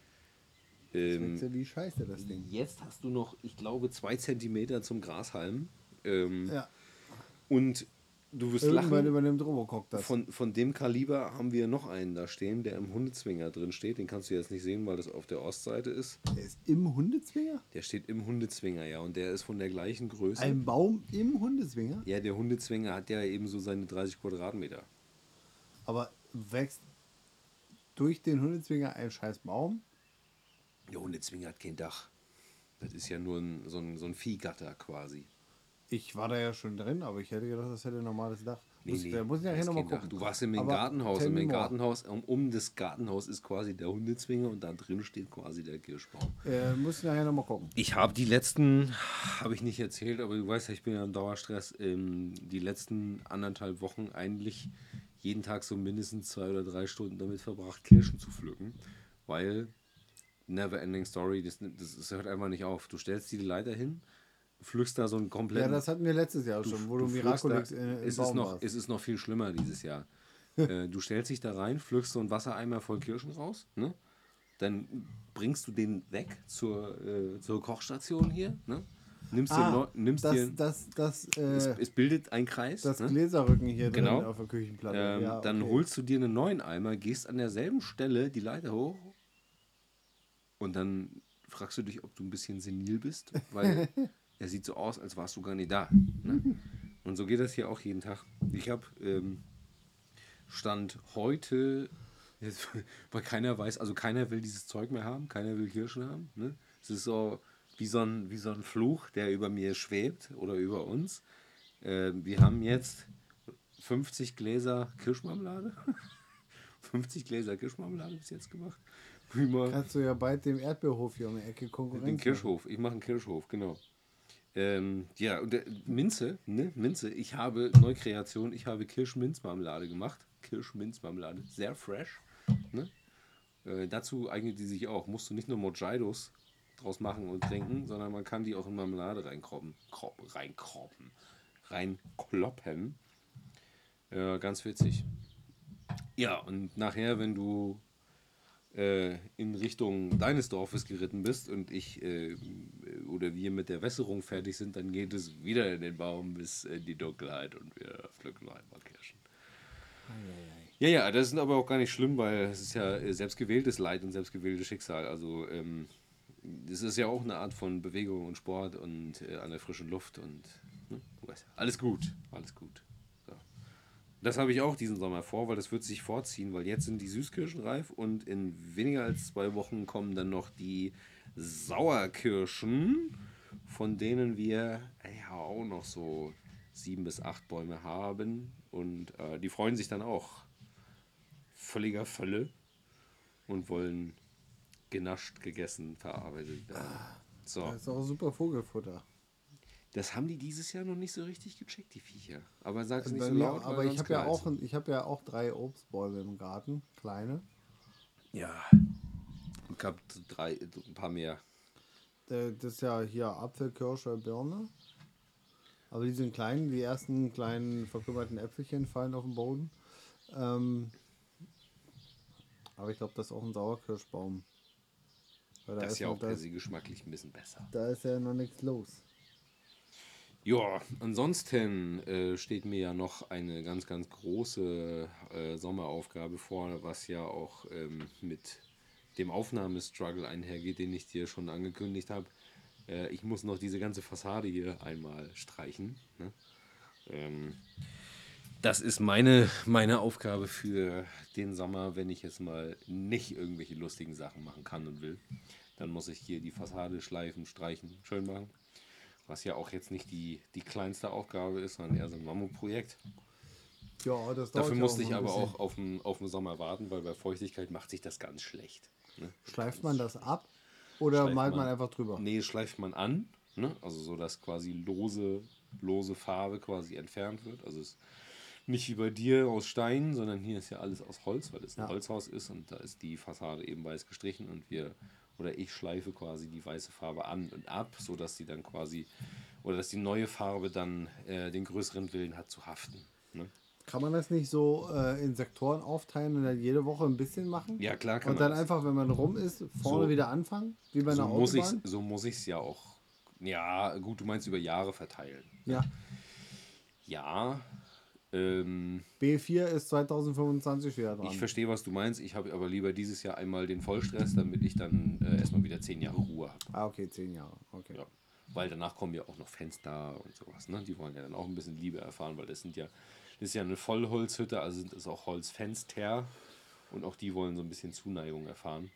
Ähm, Schmeckt ja wie Scheiße, das Ding. jetzt hast du noch, ich glaube, zwei Zentimeter zum Grashalm. Ähm, Ja, Und du wirst irgendwann lachen. übernimmt Robocop das. Von, von dem Kaliber haben wir noch einen da stehen, der im Hundezwinger drin steht. Den kannst du jetzt nicht sehen, weil das auf der Ostseite ist. Der ist im Hundezwinger? Der steht im Hundezwinger, ja. Und der ist von der gleichen Größe. Ein Baum im Hundezwinger? ja, der Hundezwinger hat ja eben so seine dreißig Quadratmeter. Aber wächst durch den Hundezwinger ein scheiß Baum? Der Hundezwinger hat kein Dach. Das ist ja nur ein, so, ein, so ein Viehgatter quasi. Ich war da ja schon drin, aber ich hätte gedacht, das hätte ein normales Dach. Nee, muss, nee, da muss ich da nachher ist nochmal kein Dach. gucken. Du warst im Aber Gartenhaus. tell Im me more. Gartenhaus um, um das Gartenhaus ist quasi der Hundezwinger und da drin steht quasi der Kirschbaum. Äh, muss ich nachher nochmal gucken. Ich habe die letzten, habe ich nicht erzählt, aber du weißt ja, ich bin ja im Dauerstress, ähm, die letzten anderthalb Wochen eigentlich jeden Tag so mindestens zwei oder drei Stunden damit verbracht, Kirschen zu pflücken, weil never ending story, das, das, das hört einfach nicht auf. Du stellst dir die Leiter hin, pflückst da so einen Ja, kompletten... das hatten wir letztes Jahr schon, wo du, pflückst Miraculix da- in, im es ist Baum noch, warst. Es ist noch viel schlimmer dieses Jahr. äh, du stellst dich da rein, pflückst so einen Wassereimer voll Kirschen raus, ne? Dann bringst du den weg zur, äh, zur Kochstation hier, ne? Nimmst dir, Ah, neu- nimmst das, dir das, das, es, äh, es bildet ein Kreis, das ne? Gläserrücken hier Genau. drin auf der Küchenplatte. ähm, ja, dann okay. holst du dir einen neuen Eimer, gehst an derselben Stelle die Leiter hoch und dann fragst du dich, ob du ein bisschen senil bist, weil er sieht so aus, als warst du gar nicht da. Ne? Und so geht das hier auch jeden Tag. Ich habe ähm, Stand heute, jetzt, weil keiner weiß, also keiner will dieses Zeug mehr haben, keiner will Kirschen haben. Ne? Es ist so wie so, ein, wie so ein Fluch, der über mir schwebt oder über uns. Äh, wir haben jetzt fünfzig Gläser Kirschmarmelade. fünfzig Gläser Kirschmarmelade bis jetzt gemacht. Immer Kannst du ja bald dem Erdbeerhof hier um die Ecke Konkurrenz den machen. Kirschhof. Ich mache einen Kirschhof, genau. Ähm, ja, und äh, Minze, ne? Minze. Ich habe Neukreation, ich habe Kirschminzmarmelade gemacht. Kirschminzmarmelade, sehr fresh. Ne? Äh, dazu eignet die sich auch. Musst du nicht nur Mojitos draus machen und trinken, sondern man kann die auch in Marmelade reinkroppen. Krop, reinkroppen. Reinkloppen. Äh, ganz witzig. Ja, und nachher, wenn du äh, in Richtung deines Dorfes geritten bist und ich äh, oder wir mit der Wässerung fertig sind, dann geht es wieder in den Baum bis in die Dunkelheit und wir pflücken noch ein paar Kirschen. Ja, ja, das ist aber auch gar nicht schlimm, weil es ist ja äh, selbstgewähltes Leid und selbstgewähltes Schicksal. Also ähm, es ist ja auch eine Art von Bewegung und Sport und äh, an der frischen Luft und ne, du weißt ja, alles gut, alles gut. So. Das habe ich auch diesen Sommer vor, weil das wird sich vorziehen, weil jetzt sind die Süßkirschen reif und in weniger als zwei Wochen kommen dann noch die Sauerkirschen, von denen wir ja auch noch so sieben bis acht Bäume haben und äh, die freuen sich dann auch völliger Fülle und wollen genascht, gegessen, verarbeitet werden. So. Das ist auch super Vogelfutter. Das haben die dieses Jahr noch nicht so richtig gecheckt, die Viecher. Aber sag's nicht Bei so mir, laut, aber weil ich sonst habe ja, knallt's. auch ein- ich hab ja auch drei Obstbäume im Garten, kleine. Ja. Ich hab drei, ein paar mehr. Äh, Das ist ja hier Apfel, Kirsche, Birne. Aber die sind klein, die ersten kleinen verkümmerten Äpfelchen fallen auf den Boden. Ähm, aber ich glaube, das ist auch ein Sauerkirschbaum. Weil da Das ist ja noch- auch da per ist, se geschmacklich ein bisschen besser. da ist ja noch nichts los. Ja, ansonsten äh, steht mir ja noch eine ganz, ganz große äh, Sommeraufgabe vor, was ja auch ähm, mit dem Aufnahmestruggle einhergeht, den ich dir schon angekündigt habe. Äh, ich muss noch diese ganze Fassade hier einmal streichen. Ne? Ähm, das ist meine, meine Aufgabe für den Sommer, wenn ich jetzt mal nicht irgendwelche lustigen Sachen machen kann und will. Dann muss ich hier die Fassade schleifen, streichen, schön machen. Was ja auch jetzt nicht die, die kleinste Aufgabe ist, sondern eher so ein Mammutprojekt. Ja, das dauert Dafür ja musste auch ich mal ein aber bisschen. auch auf den, auf den Sommer warten, weil bei Feuchtigkeit macht sich das ganz schlecht. Ne? Schleift man das ab oder Schleift malt man einfach drüber? Nee, schleift man an, ne? Also so, dass quasi lose, lose Farbe quasi entfernt wird. Also es ist nicht wie bei dir aus Stein, sondern hier ist ja alles aus Holz, weil es ein Ja. Holzhaus ist und da ist die Fassade eben weiß gestrichen und wir oder ich schleife quasi die weiße Farbe an und ab, sodass die dann quasi oder dass die neue Farbe dann äh, den größeren Willen hat zu haften. Ne? Kann man das nicht so äh, in Sektoren aufteilen und dann jede Woche ein bisschen machen? Ja, klar kann Und man dann das. einfach, wenn man rum ist, vorne So- wieder anfangen? Wie bei So einer muss ich's, Autobahn? so muss ich es ja auch. Ja, gut, du meinst über Jahre verteilen. Ja. Ja, ähm, B vier ist zweitausendfünfundzwanzig wieder dran. ich verstehe, was du meinst. Ich habe aber lieber dieses Jahr einmal den Vollstress, damit ich dann äh, erstmal wieder zehn Jahre Ruhe habe. Ah, okay, zehn Jahre. Okay. Ja. Weil danach kommen ja auch noch Fenster und sowas. Ne? Die wollen ja dann auch ein bisschen Liebe erfahren, weil das sind ja, das ist ja eine Vollholzhütte, also sind es auch Holzfenster und auch die wollen so ein bisschen Zuneigung erfahren.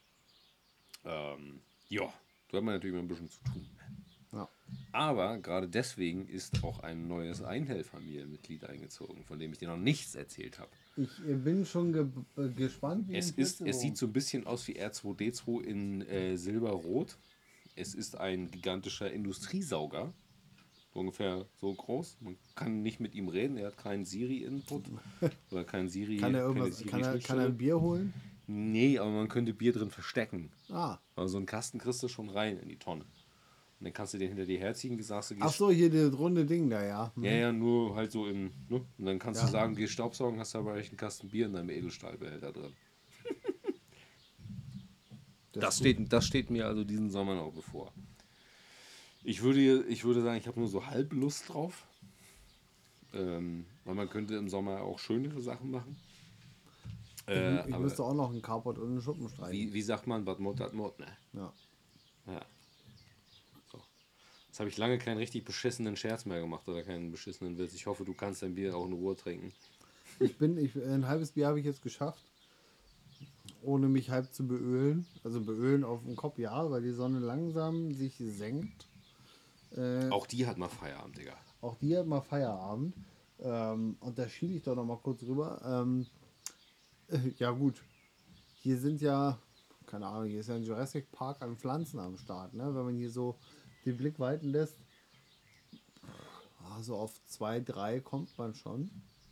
Ähm, ja, da hat man natürlich immer ein bisschen zu tun. Ja. Aber gerade deswegen ist auch ein neues Einhelferfamilienmitglied eingezogen, von dem ich dir noch nichts erzählt habe. Ich äh, bin schon ge äh, gespannt, wie Es, es ist, wird. es sieht so ein bisschen aus wie R zwei D zwei in äh, Silberrot. Es ist ein gigantischer Industriesauger. So ungefähr so groß. Man kann nicht mit ihm reden. Er hat keinen Siri-Input. Oder keinen Siri. Kann er keine irgendwas, kann er, kann er Siri-Schnittstelle. ein Bier holen? Nee, aber man könnte Bier drin verstecken. Ah. Also so einen Kasten kriegst du schon rein in die Tonne. Und dann kannst du den hinter dir herziehen, sagst du, Ach so, hier das runde Ding da, ja. Hm. ja, ja, nur halt so im, ne? Und dann kannst Ja. du sagen, geh Staubsaugen, hast aber echt einen Kasten Bier in deinem Edelstahlbehälter drin. Das ist steht, das steht mir also diesen Sommer noch bevor. Ich würde, ich würde sagen, ich habe nur so halb Lust drauf. Ähm, weil man könnte im Sommer auch schönere Sachen machen. Äh, gut. Ich aber müsste auch noch einen Carport und einen Schuppen streichen. wie, wie sagt man, was Mord hat Mord, ne? Ja. Ja. So. Jetzt habe ich lange keinen richtig beschissenen Scherz mehr gemacht oder keinen beschissenen Witz. Ich hoffe, du kannst dein Bier auch in Ruhe trinken. Ich bin, ich, ein halbes Bier habe ich jetzt geschafft, ohne mich halb zu beölen. Also beölen auf dem Kopf, ja, weil die Sonne langsam sich senkt. Äh, Auch die hat mal Feierabend, Digga. Auch die hat mal Feierabend. Ähm, und da schiele ich doch noch mal kurz rüber. Ähm, äh, ja gut, hier sind ja, keine Ahnung, hier ist ja ein Jurassic Park an Pflanzen am Start. Ne? Wenn man hier so den Blick weiten lässt, Also auf zwei, drei kommt man schon.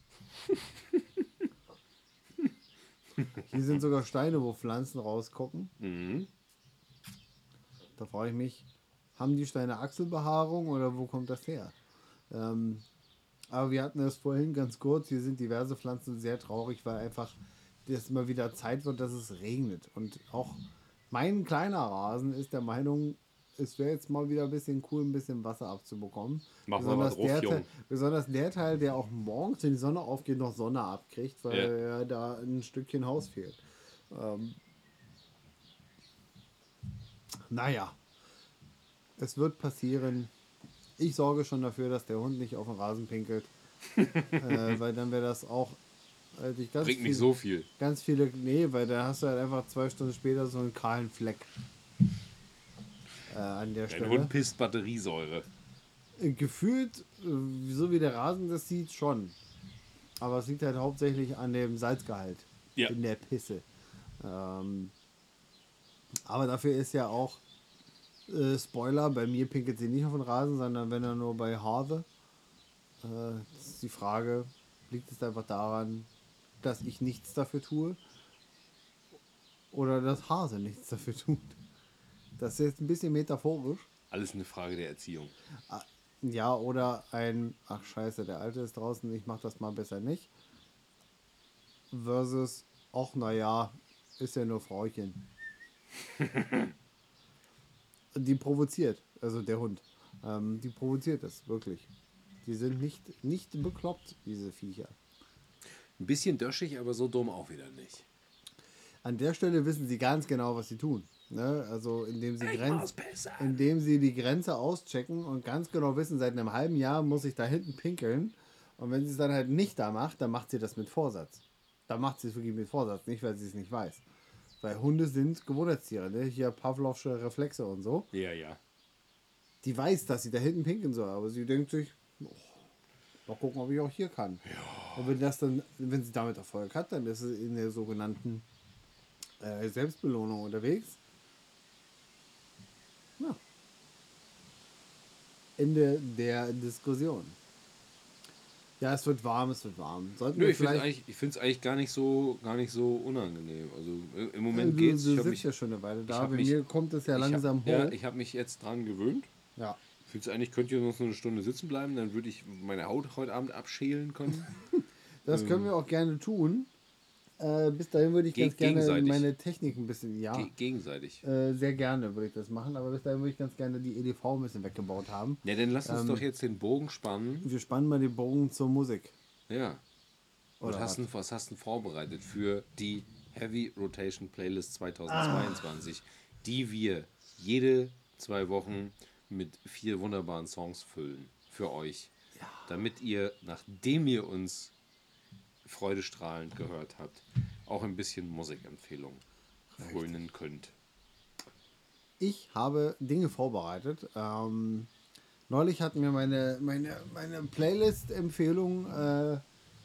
Hier sind sogar Steine, wo Pflanzen rausgucken. Mhm. Da frage ich mich, haben die Steine Achselbehaarung oder wo kommt das her? Ähm, aber wir hatten es vorhin ganz kurz, hier sind diverse Pflanzen sehr traurig, weil einfach es immer wieder Zeit wird, dass es regnet. Und auch mein kleiner Rasen ist der Meinung, es wäre jetzt mal wieder ein bisschen cool, ein bisschen Wasser abzubekommen. Mach mal Besonders was drauf, der, Jung. Teil, besonders der Teil, der auch morgens, wenn die Sonne aufgeht, noch Sonne abkriegt, weil Ja. ja da ein Stückchen Haus fehlt. Ähm, naja, es wird passieren. Ich sorge schon dafür, dass der Hund nicht auf den Rasen pinkelt. äh, weil dann wäre das auch äh, dich ganz Bringt viel, nicht so viel. ganz viele. Nee, weil da hast du halt einfach zwei Stunden später so einen kahlen Fleck. Äh, an der Dein Stelle. Hund pisst Batteriesäure. Äh, Gefühlt, äh, so wie der Rasen das sieht, schon. Aber es liegt halt hauptsächlich an dem Salzgehalt Ja. in der Pisse. Ähm, aber dafür ist ja auch äh, Spoiler, bei mir pinkelt sie nicht auf den Rasen, sondern wenn er nur bei Harve. Äh, das ist die Frage, liegt es einfach daran, dass ich nichts dafür tue? Oder dass Hase nichts dafür tut? Das ist jetzt ein bisschen metaphorisch. Alles eine Frage der Erziehung. Ja, oder ein, ach scheiße, der Alte ist draußen, ich mach das mal besser nicht. Versus, ach naja, ist ja nur Frauchen. Die provoziert, also der Hund. Ähm, die provoziert es, wirklich. Die sind nicht, nicht bekloppt, diese Viecher. Ein bisschen döschig, aber so dumm auch wieder nicht. An der Stelle wissen sie ganz genau, was sie tun. Ne? Also indem sie, Ich Grenz, mach's besser. indem sie die Grenze auschecken und ganz genau wissen, seit einem halben Jahr muss ich da hinten pinkeln. Und wenn sie es dann halt nicht da macht, dann macht sie das mit Vorsatz. Da macht sie es wirklich mit Vorsatz, nicht weil sie es nicht weiß. Weil Hunde sind Gewohnheitstiere, ne? Hier Pavlovsche Reflexe und so. Ja, ja. Die weiß, dass sie da hinten pinkeln soll, aber sie denkt sich, oh, mal gucken, ob ich auch hier kann. Und wenn das dann, wenn sie damit Erfolg hat, dann ist es in der sogenannten äh, Selbstbelohnung unterwegs. Ja. Ende der Diskussion. Ja, es wird warm, es wird warm. Sollten Nö, wir ich finde es vielleicht. eigentlich, ich find's eigentlich gar, nicht so, gar nicht so unangenehm. Also äh, im Äh, Moment du, geht's. du Ich hab sitzt mich, ja schon eine Weile ich da. hab Bei mich- mir kommt es ja ich langsam hab, hoch. Ja, ich habe mich jetzt dran gewöhnt. Ja. Ich finde es eigentlich, könnt ihr noch so eine Stunde sitzen bleiben, dann würde ich meine Haut heute Abend abschälen können. Das können wir auch gerne tun. Äh, bis dahin würde ich Ge- ganz gerne gegenseitig. meine Technik ein bisschen, ja, Ge gegenseitig. äh, sehr gerne würde ich das machen, aber bis dahin würde ich ganz gerne die E D V ein bisschen weggebaut haben. Ja, dann lass uns Ähm, doch jetzt den Bogen spannen. Wir spannen mal den Bogen zur Musik. Ja. Oder Was hast, was? du, was hast du vorbereitet für die Heavy Rotation Playlist zweitausendzweiundzwanzig, die wir jede zwei Wochen mit vier wunderbaren Songs füllen für euch, damit ihr, nachdem ihr uns freudestrahlend gehört habt, auch ein bisschen Musikempfehlung frönen könnt. Ich habe Dinge vorbereitet. Ähm, neulich hat mir meine, meine, meine Playlist-Empfehlung äh,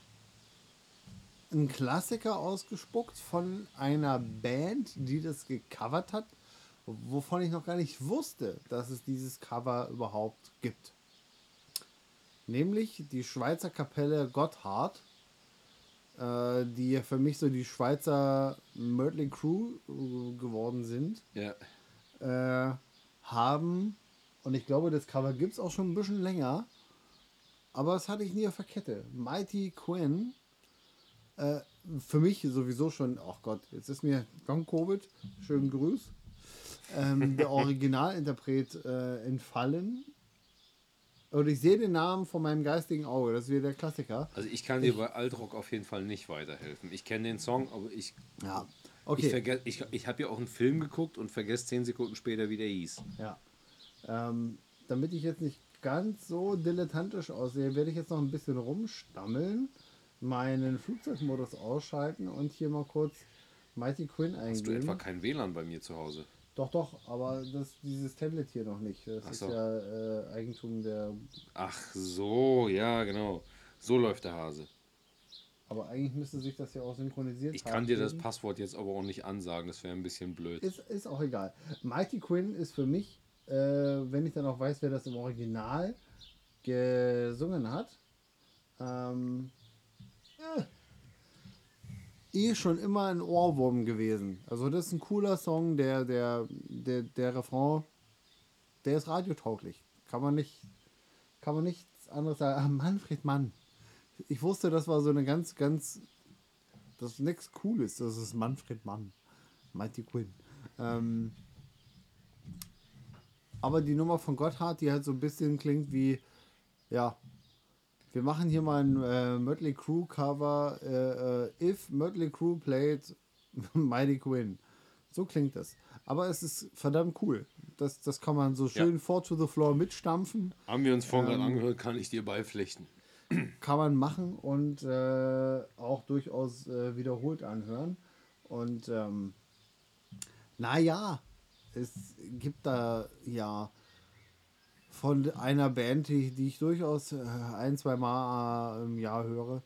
einen Klassiker ausgespuckt von einer Band, die das gecovert hat, wovon ich noch gar nicht wusste, dass es dieses Cover überhaupt gibt. Nämlich die Schweizer Kapelle Gotthard, äh, die ja für mich so die Schweizer Mötley Crüe äh, geworden sind. Ja, Äh, haben, und ich glaube, das Cover gibt es auch schon ein bisschen länger, aber das hatte ich nie auf der Kette. Mighty Quinn, äh, für mich sowieso schon, ach Gott, jetzt ist mir Long Covid, schönen Gruß, ähm, der Originalinterpret äh, entfallen. Und ich sehe den Namen vor meinem geistigen Auge, das ist wieder der Klassiker. also ich kann dir bei Altrock auf jeden Fall nicht weiterhelfen. Ich kenne den Song, aber ich, Ja, ich, okay. vergess, ich, ich habe ja auch einen Film geguckt und vergesse zehn Sekunden später, wie der hieß. Ja. Ähm, damit ich jetzt nicht ganz so dilettantisch aussehe, werde ich jetzt noch ein bisschen rumstammeln, meinen Flugzeugmodus ausschalten und hier mal kurz Mighty Quinn eingeben. Hast du etwa kein W L A N bei mir zu Hause? Doch, doch, aber das, dieses Tablet hier noch nicht. Das Ach ist so. ja äh, Eigentum der... Ach so, ja, genau. So läuft der Hase. Aber eigentlich müsste sich das ja auch synchronisiert Ich kann dir das darstellen. Passwort jetzt aber auch nicht ansagen, das wäre ein bisschen blöd. Ist, ist auch egal. Mighty Quinn ist für mich, äh, wenn ich dann auch weiß, wer das im Original gesungen hat. Ähm, äh, eh schon immer ein Ohrwurm gewesen. Also das ist ein cooler Song, der, der, der, der Refrain, der ist radiotauglich. Kann man nicht, kann man nichts anderes sagen. Ah, Manfred Mann. Ich wusste, das war so eine ganz, ganz, das ist nichts Cooles. Das ist Manfred Mann. Mighty Quinn. Ähm, aber die Nummer von Gotthard, die halt so ein bisschen klingt wie, ja, wir machen hier mal ein äh, Mötley Crüe Cover, äh, äh, If Mötley Crüe played Mighty Quinn. So klingt das. Aber es ist verdammt cool. Das, das kann man so schön Ja. four to the floor mitstampfen. Haben wir uns vorhin Ähm, gerade angehört, kann ich dir beipflichten. Kann man machen und äh, auch durchaus äh, wiederholt anhören. Und ähm, naja, es gibt da ja von einer Band, die, die ich durchaus äh, ein, zwei Mal äh, im Jahr höre,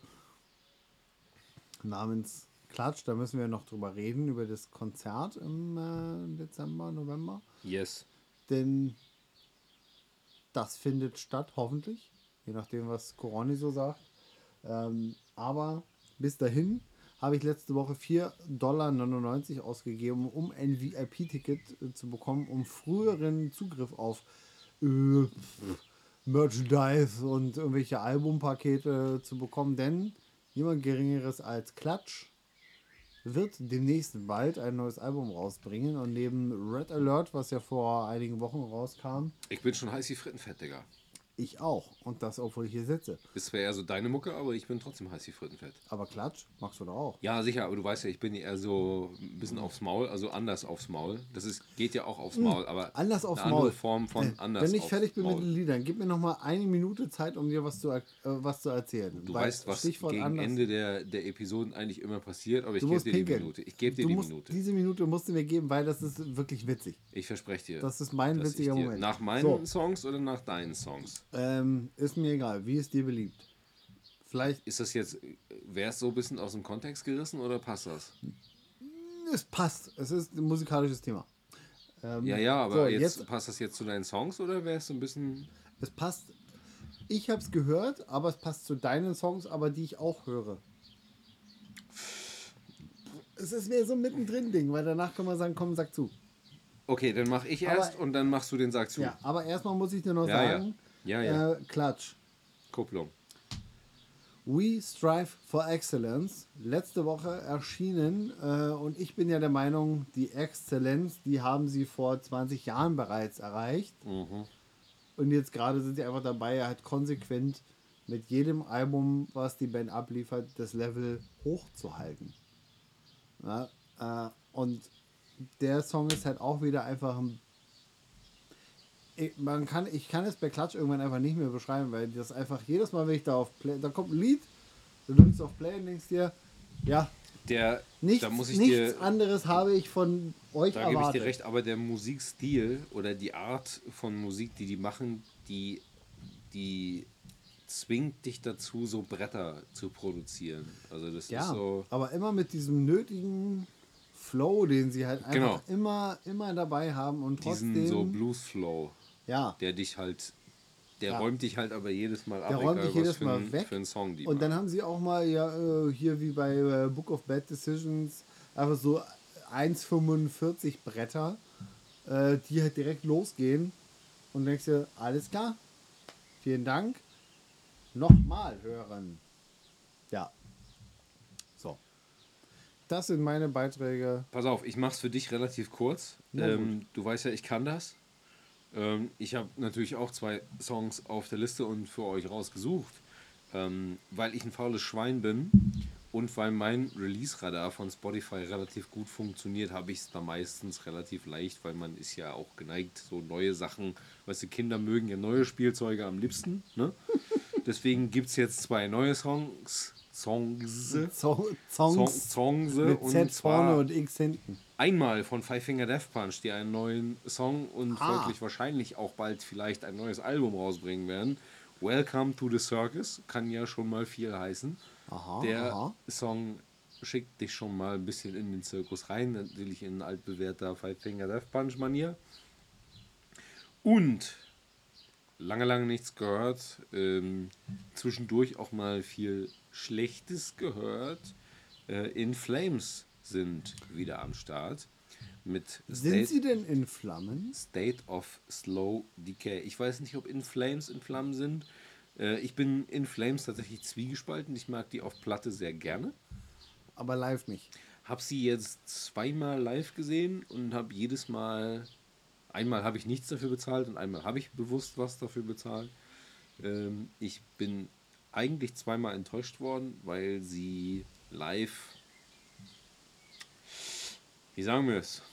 namens Klatsch. Da müssen wir noch drüber reden, über das Konzert im äh, Dezember, November. Yes. Denn das findet statt, hoffentlich. Je nachdem, was Coroni so sagt. Ähm, aber bis dahin habe ich letzte Woche vier Komma neunundneunzig Dollar ausgegeben, um ein V I P-Ticket äh, zu bekommen, um früheren Zugriff auf äh, Merchandise und irgendwelche Albumpakete zu bekommen. Denn niemand Geringeres als Klatsch wird demnächst bald ein neues Album rausbringen. Und neben Red Alert, was ja vor einigen Wochen rauskam, Ich bin schon heiß wie Frittenfett, Digga. ich auch. Und das, obwohl ich hier sitze. Ist zwar eher so deine Mucke, aber ich bin trotzdem heiß wie Frittenfett. Aber Klatsch magst du doch auch. Ja, sicher, aber du weißt ja, ich bin eher so ein bisschen aufs Maul, also anders aufs Maul. Das ist, geht ja auch aufs Maul, aber Anders aufs eine Maul. andere Form von Äh, anders Wenn ich aufs fertig bin Maul. mit den Liedern, gib mir noch mal eine Minute Zeit, um dir was zu, er- äh, was zu erzählen. Du Weil weißt, was Stichwort gegen anders- Ende der, der Episoden eigentlich immer passiert, aber ich Du gebe musst dir die pinkeln. Minute. Ich gebe dir Du die musst, Minute. Diese Minute musst du mir geben, weil das ist wirklich witzig. Ich verspreche dir. Das ist mein dass ich witziger dir- Moment. Nach meinen So. Songs oder nach deinen Songs? Ähm, ist mir egal, wie es dir beliebt. Vielleicht, Ist das jetzt, wäre es so ein bisschen aus dem Kontext gerissen oder passt das? es passt. Es ist ein musikalisches Thema. Ähm, Ja, ja, aber so, jetzt, jetzt, passt das jetzt zu deinen Songs oder wäre es so ein bisschen. es passt. Ich habe es gehört, aber es passt zu deinen Songs, aber die ich auch höre. Es ist mehr so ein mittendrin-Ding, weil danach kann man sagen, komm, sag zu. Okay, dann mach ich Aber- erst und dann machst du den Sack zu. Ja, aber erstmal muss ich dir noch Ja, ja. sagen, Ja, ja. Äh, Klatsch. Kupplung. We Strive for Excellence. Letzte Woche erschienen äh, und ich bin ja der Meinung, die Exzellenz, die haben sie vor zwanzig Jahren bereits erreicht. Mhm. Und jetzt gerade sind sie einfach dabei, halt konsequent mit jedem Album, was die Band abliefert, das Level hochzuhalten. Ja, äh, und der Song ist halt auch wieder einfach ein Ich, man kann, ich kann es bei Klatsch irgendwann einfach nicht mehr beschreiben, weil das einfach jedes Mal, wenn ich da auf Play, da kommt ein Lied, du drückst auf Play und denkst dir, ja, Der, nichts, da muss ich nichts dir, anderes habe ich von euch da gebe ich erwartet. dir recht, aber der Musikstil oder die Art von Musik, die die machen, die, die zwingt dich dazu, so Bretter zu produzieren. Also das Ja, ist so. aber immer mit diesem nötigen Flow, den sie halt einfach Genau. immer, immer dabei haben und trotzdem, Diesen so Blues-Flow, ja, der dich halt, der Ja. räumt dich halt aber jedes Mal ab, der räumt dich was jedes für, Mal ein, weg. für einen Song die Und dann machen. haben sie auch mal ja äh, hier wie bei äh, Book of Bad Decisions einfach so eins Komma fünfundvierzig Bretter, äh, die halt direkt losgehen und denkst dir, alles klar, vielen Dank, nochmal hören. Ja. So. Das sind meine Beiträge. Pass auf, ich mach's für dich relativ kurz. Na Ähm, du weißt ja, ich kann das. Ähm, ich habe natürlich auch zwei Songs auf der Liste und für euch rausgesucht. Ähm, weil ich ein faules Schwein bin und weil mein Release-Radar von Spotify relativ gut funktioniert, habe ich es da meistens relativ leicht, weil man ist ja auch geneigt, so neue Sachen, weißt du, Kinder mögen ja neue Spielzeuge am liebsten, ne? Deswegen gibt es jetzt zwei neue Songs, Songs, Zo- Song, Songs Songs mit und Z vorne zwar und X hinten. einmal von Five Finger Death Punch, die einen neuen Song und Ah. folglich wahrscheinlich auch bald vielleicht ein neues Album rausbringen werden. Welcome to the Circus kann ja schon mal viel heißen. Aha, Der aha. Song schickt dich schon mal ein bisschen in den Zirkus rein, natürlich in altbewährter Five Finger Death Punch Manier. Und lange, lange nichts gehört. Ähm, zwischendurch auch mal viel Schlechtes gehört. Äh, In Flames sind wieder am Start. Mit Sind State, sie denn in Flammen? State of Slow Decay. Ich weiß nicht, ob In Flames in Flammen sind. Äh, ich bin In Flames tatsächlich zwiegespalten. Ich mag die auf Platte sehr gerne. Aber live nicht. Habe sie jetzt zweimal live gesehen und habe jedes Mal, einmal habe ich nichts dafür bezahlt und einmal habe ich bewusst was dafür bezahlt. Ähm, ich bin eigentlich zweimal enttäuscht worden, weil sie live, wie sagen wir es,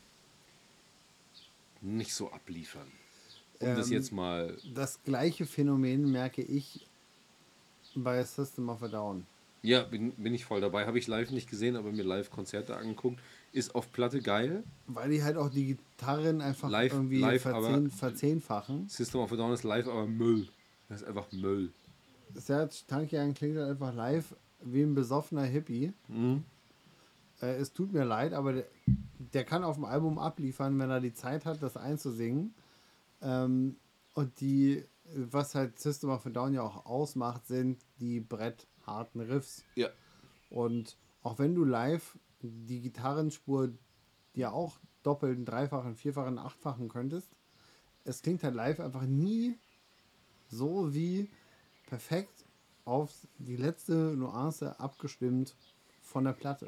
nicht so abliefern. Um das Ähm, jetzt mal, Das gleiche Phänomen merke ich bei System of a Down. ja, bin, bin ich voll dabei. Habe ich live nicht gesehen, aber mir live Konzerte angeguckt. Ist auf Platte geil. Weil die halt auch die Gitarren einfach Live- irgendwie live, verzehn, aber- verzehnfachen. System of a Down ist live, aber Müll. Das ist einfach Müll. Serge Tankian klingt halt einfach live wie ein besoffener Hippie. Mhm. Äh, es tut mir leid, aber der, der kann auf dem Album abliefern, wenn er die Zeit hat, das einzusingen. Ähm, und die, was halt System of a Down ja auch ausmacht, sind die brettharten Riffs. Ja. Und auch wenn du live die Gitarrenspur ja auch doppelten, dreifachen, vierfachen, achtfachen könntest, es klingt halt live einfach nie so wie perfekt auf die letzte Nuance abgestimmt von der Platte.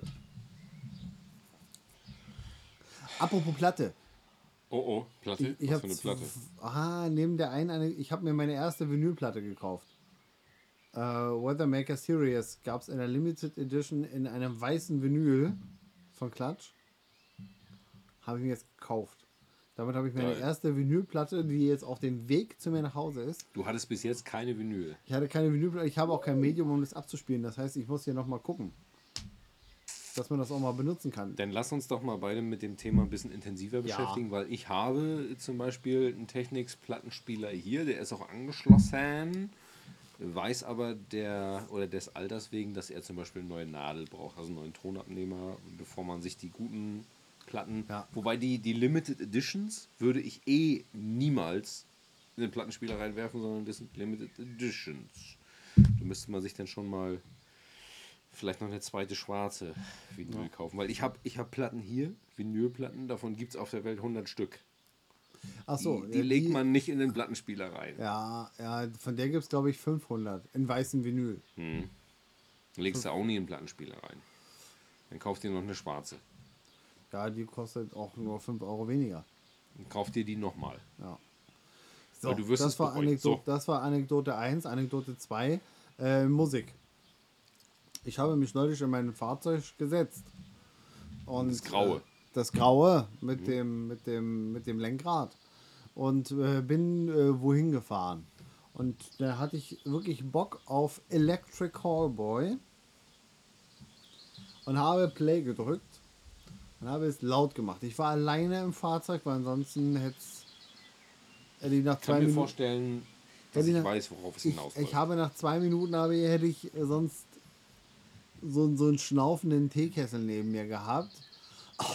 Apropos Platte. Oh oh, Platte? Ich, ich Was habe für eine Platte? ah, neben der einen, eine, ich habe mir meine erste Vinylplatte gekauft. Äh, Weathermaker Series gab es in der Limited Edition in einem weißen Vinyl von Clutch. Habe ich mir jetzt gekauft. Damit habe ich meine Geil. erste Vinylplatte, die jetzt auf dem Weg zu mir nach Hause ist. Du hattest bis jetzt keine Vinyl. Ich hatte keine Vinylplatte, ich habe auch kein Medium, um das abzuspielen. Das heißt, ich muss hier nochmal gucken, dass man das auch mal benutzen kann. Dann lass uns doch mal beide mit dem Thema ein bisschen intensiver beschäftigen, weil ich habe zum Beispiel einen Technics-Plattenspieler hier, der ist auch angeschlossen, weiß aber der oder des Alters wegen, dass er zum Beispiel eine neue Nadel braucht, also einen neuen Tonabnehmer, bevor man sich die guten Platten, Ja. wobei die, die Limited Editions würde ich eh niemals in den Plattenspieler reinwerfen, sondern das sind Limited Editions. Da müsste man sich dann schon mal vielleicht noch eine zweite schwarze Vinyl kaufen, weil ich habe ich hab Platten hier, Vinylplatten, davon gibt es auf der Welt hundert Stück. Ach so, Die, die ja, legt man nicht in den Plattenspieler rein. Ja, ja, von der gibt es glaube ich fünfhundert in weißem Vinyl. Hm. Legst du auch nie in den Plattenspieler rein. Dann kauf dir noch eine schwarze. Ja, die kostet auch nur fünf Euro weniger. Und kauf dir die nochmal. Ja. So, Weil du wirst es das, war bereuen. Anekdote, So. das war Anekdote eins, Anekdote zwei. Äh, Musik. Ich habe mich neulich in mein Fahrzeug gesetzt. Und, Das Graue. Äh, das Graue mit, dem, mit, dem, mit dem Lenkrad. Und äh, bin äh, wohin gefahren. Und da hatte ich wirklich Bock auf Electric Callboy. Und habe Play gedrückt. Und habe es laut gemacht. Ich war alleine im Fahrzeug, weil ansonsten hätte hätte ich nach Ich zwei kann mir Minuten... vorstellen, dass Hätte ich ich- weiß, worauf es Ich, hinausläuft. ich habe nach zwei Minuten habe, hätte ich äh, sonst so, so einen schnaufenden Teekessel neben mir gehabt. Oh.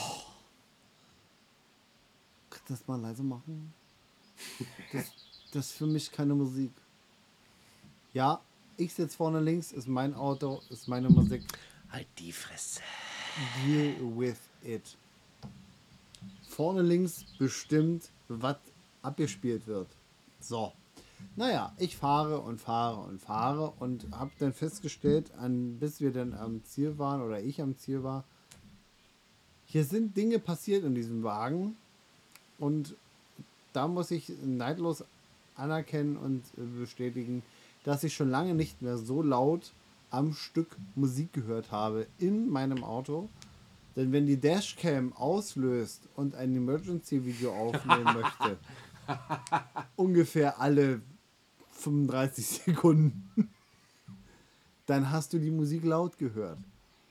Kannst du das mal leise machen? Das, das ist für mich keine Musik. Ja, ich sitze vorne links, ist mein Auto, ist meine Musik. Halt die Fresse. Deal with it. Vorne links bestimmt, was abgespielt wird. So. Naja, ich fahre und fahre und fahre und habe dann festgestellt, an, bis wir dann am Ziel waren oder ich am Ziel war, hier sind Dinge passiert in diesem Wagen und da muss ich neidlos anerkennen und äh, bestätigen, dass ich schon lange nicht mehr so laut am Stück Musik gehört habe in meinem Auto. Denn wenn die Dashcam auslöst und ein Emergency-Video aufnehmen möchte, ungefähr alle fünfunddreißig Sekunden, dann hast du die Musik laut gehört.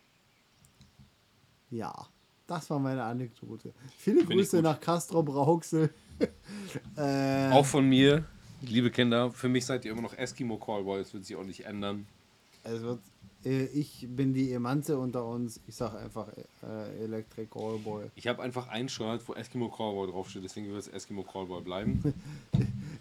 Ja, das war meine Anekdote. Viele Find ich Grüße gut. nach Castro Brauxel. äh, Auch von mir, liebe Kinder, für mich seid ihr immer noch Eskimo Callboy, das wird sich auch nicht ändern. es wird, äh, ich bin die Emanze unter uns. Ich sage einfach äh, Electric Callboy. Ich habe einfach ein Shirt, wo Eskimo Callboy draufsteht, deswegen wird es Eskimo Callboy bleiben.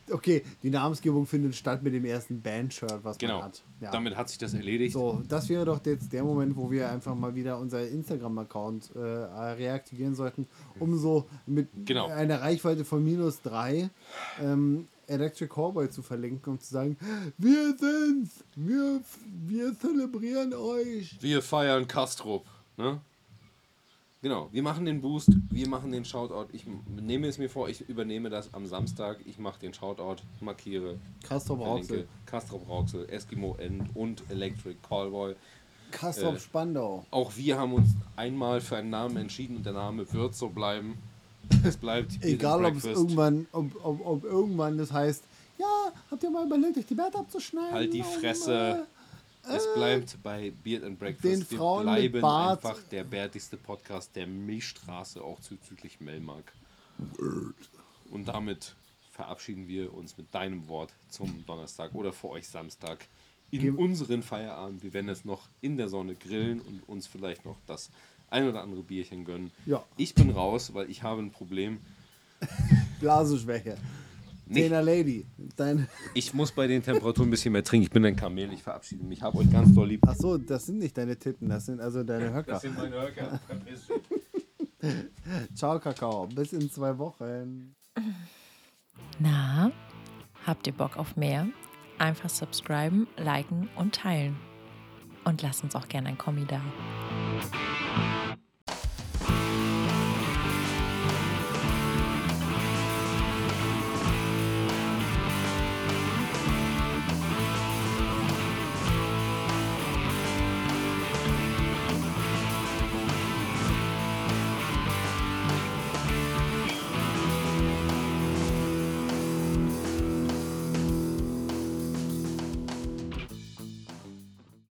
okay, die Namensgebung findet statt mit dem ersten Band-Shirt, was Genau, man hat. Ja. damit hat sich das erledigt. So, das wäre doch jetzt der Moment, wo wir einfach mal wieder unser Instagram-Account äh, reaktivieren sollten, um so mit Genau. einer Reichweite von minus drei ähm, Electric Callboy zu verlinken und zu sagen, wir sind's, wir, wir zelebrieren euch. Wir feiern Kastrup, ne? Genau, wir machen den Boost, wir machen den Shoutout. Ich nehme es mir vor, ich übernehme das am Samstag. Ich mache den Shoutout, markiere, Kastrop Rauxel. Kastrop Rauxel, Eskimo End und Electric Callboy. Kastrop Äh, Spandau. Auch wir haben uns einmal für einen Namen entschieden und der Name wird so bleiben. Es bleibt Egal, ob es Breakfast. irgendwann, ob, ob, ob irgendwann das heißt, ja, habt ihr mal überlegt, euch die Bärte abzuschneiden? Halt die Um, Fresse. äh, Es bleibt bei Beard and Breakfast. den Wir Frauen mit bleiben Bart. einfach der bärtigste Podcast der Milchstraße, auch zuzüglich Melmark. Und damit verabschieden wir uns mit deinem Wort zum Donnerstag oder für euch Samstag in Ge- unseren unseren Feierabend. Wir werden jetzt noch in der Sonne grillen und uns vielleicht noch das ein oder andere Bierchen gönnen. Ja. Ich bin raus, weil ich habe ein Problem. Blasenschwäche. Nicht- Zehner Lady. Dein. Ich muss bei den Temperaturen ein bisschen mehr trinken. Ich bin ein Kamel, ich verabschiede mich. Ich habe euch ganz doll lieb. Achso, das sind nicht deine Titten, das sind also deine Höcker. sind meine Höcker. Verpiss dich. Ciao, Kakao. Bis in zwei Wochen. Na, habt ihr Bock auf mehr? Einfach subscriben, liken und teilen. Und lasst uns auch gerne ein Kommi da.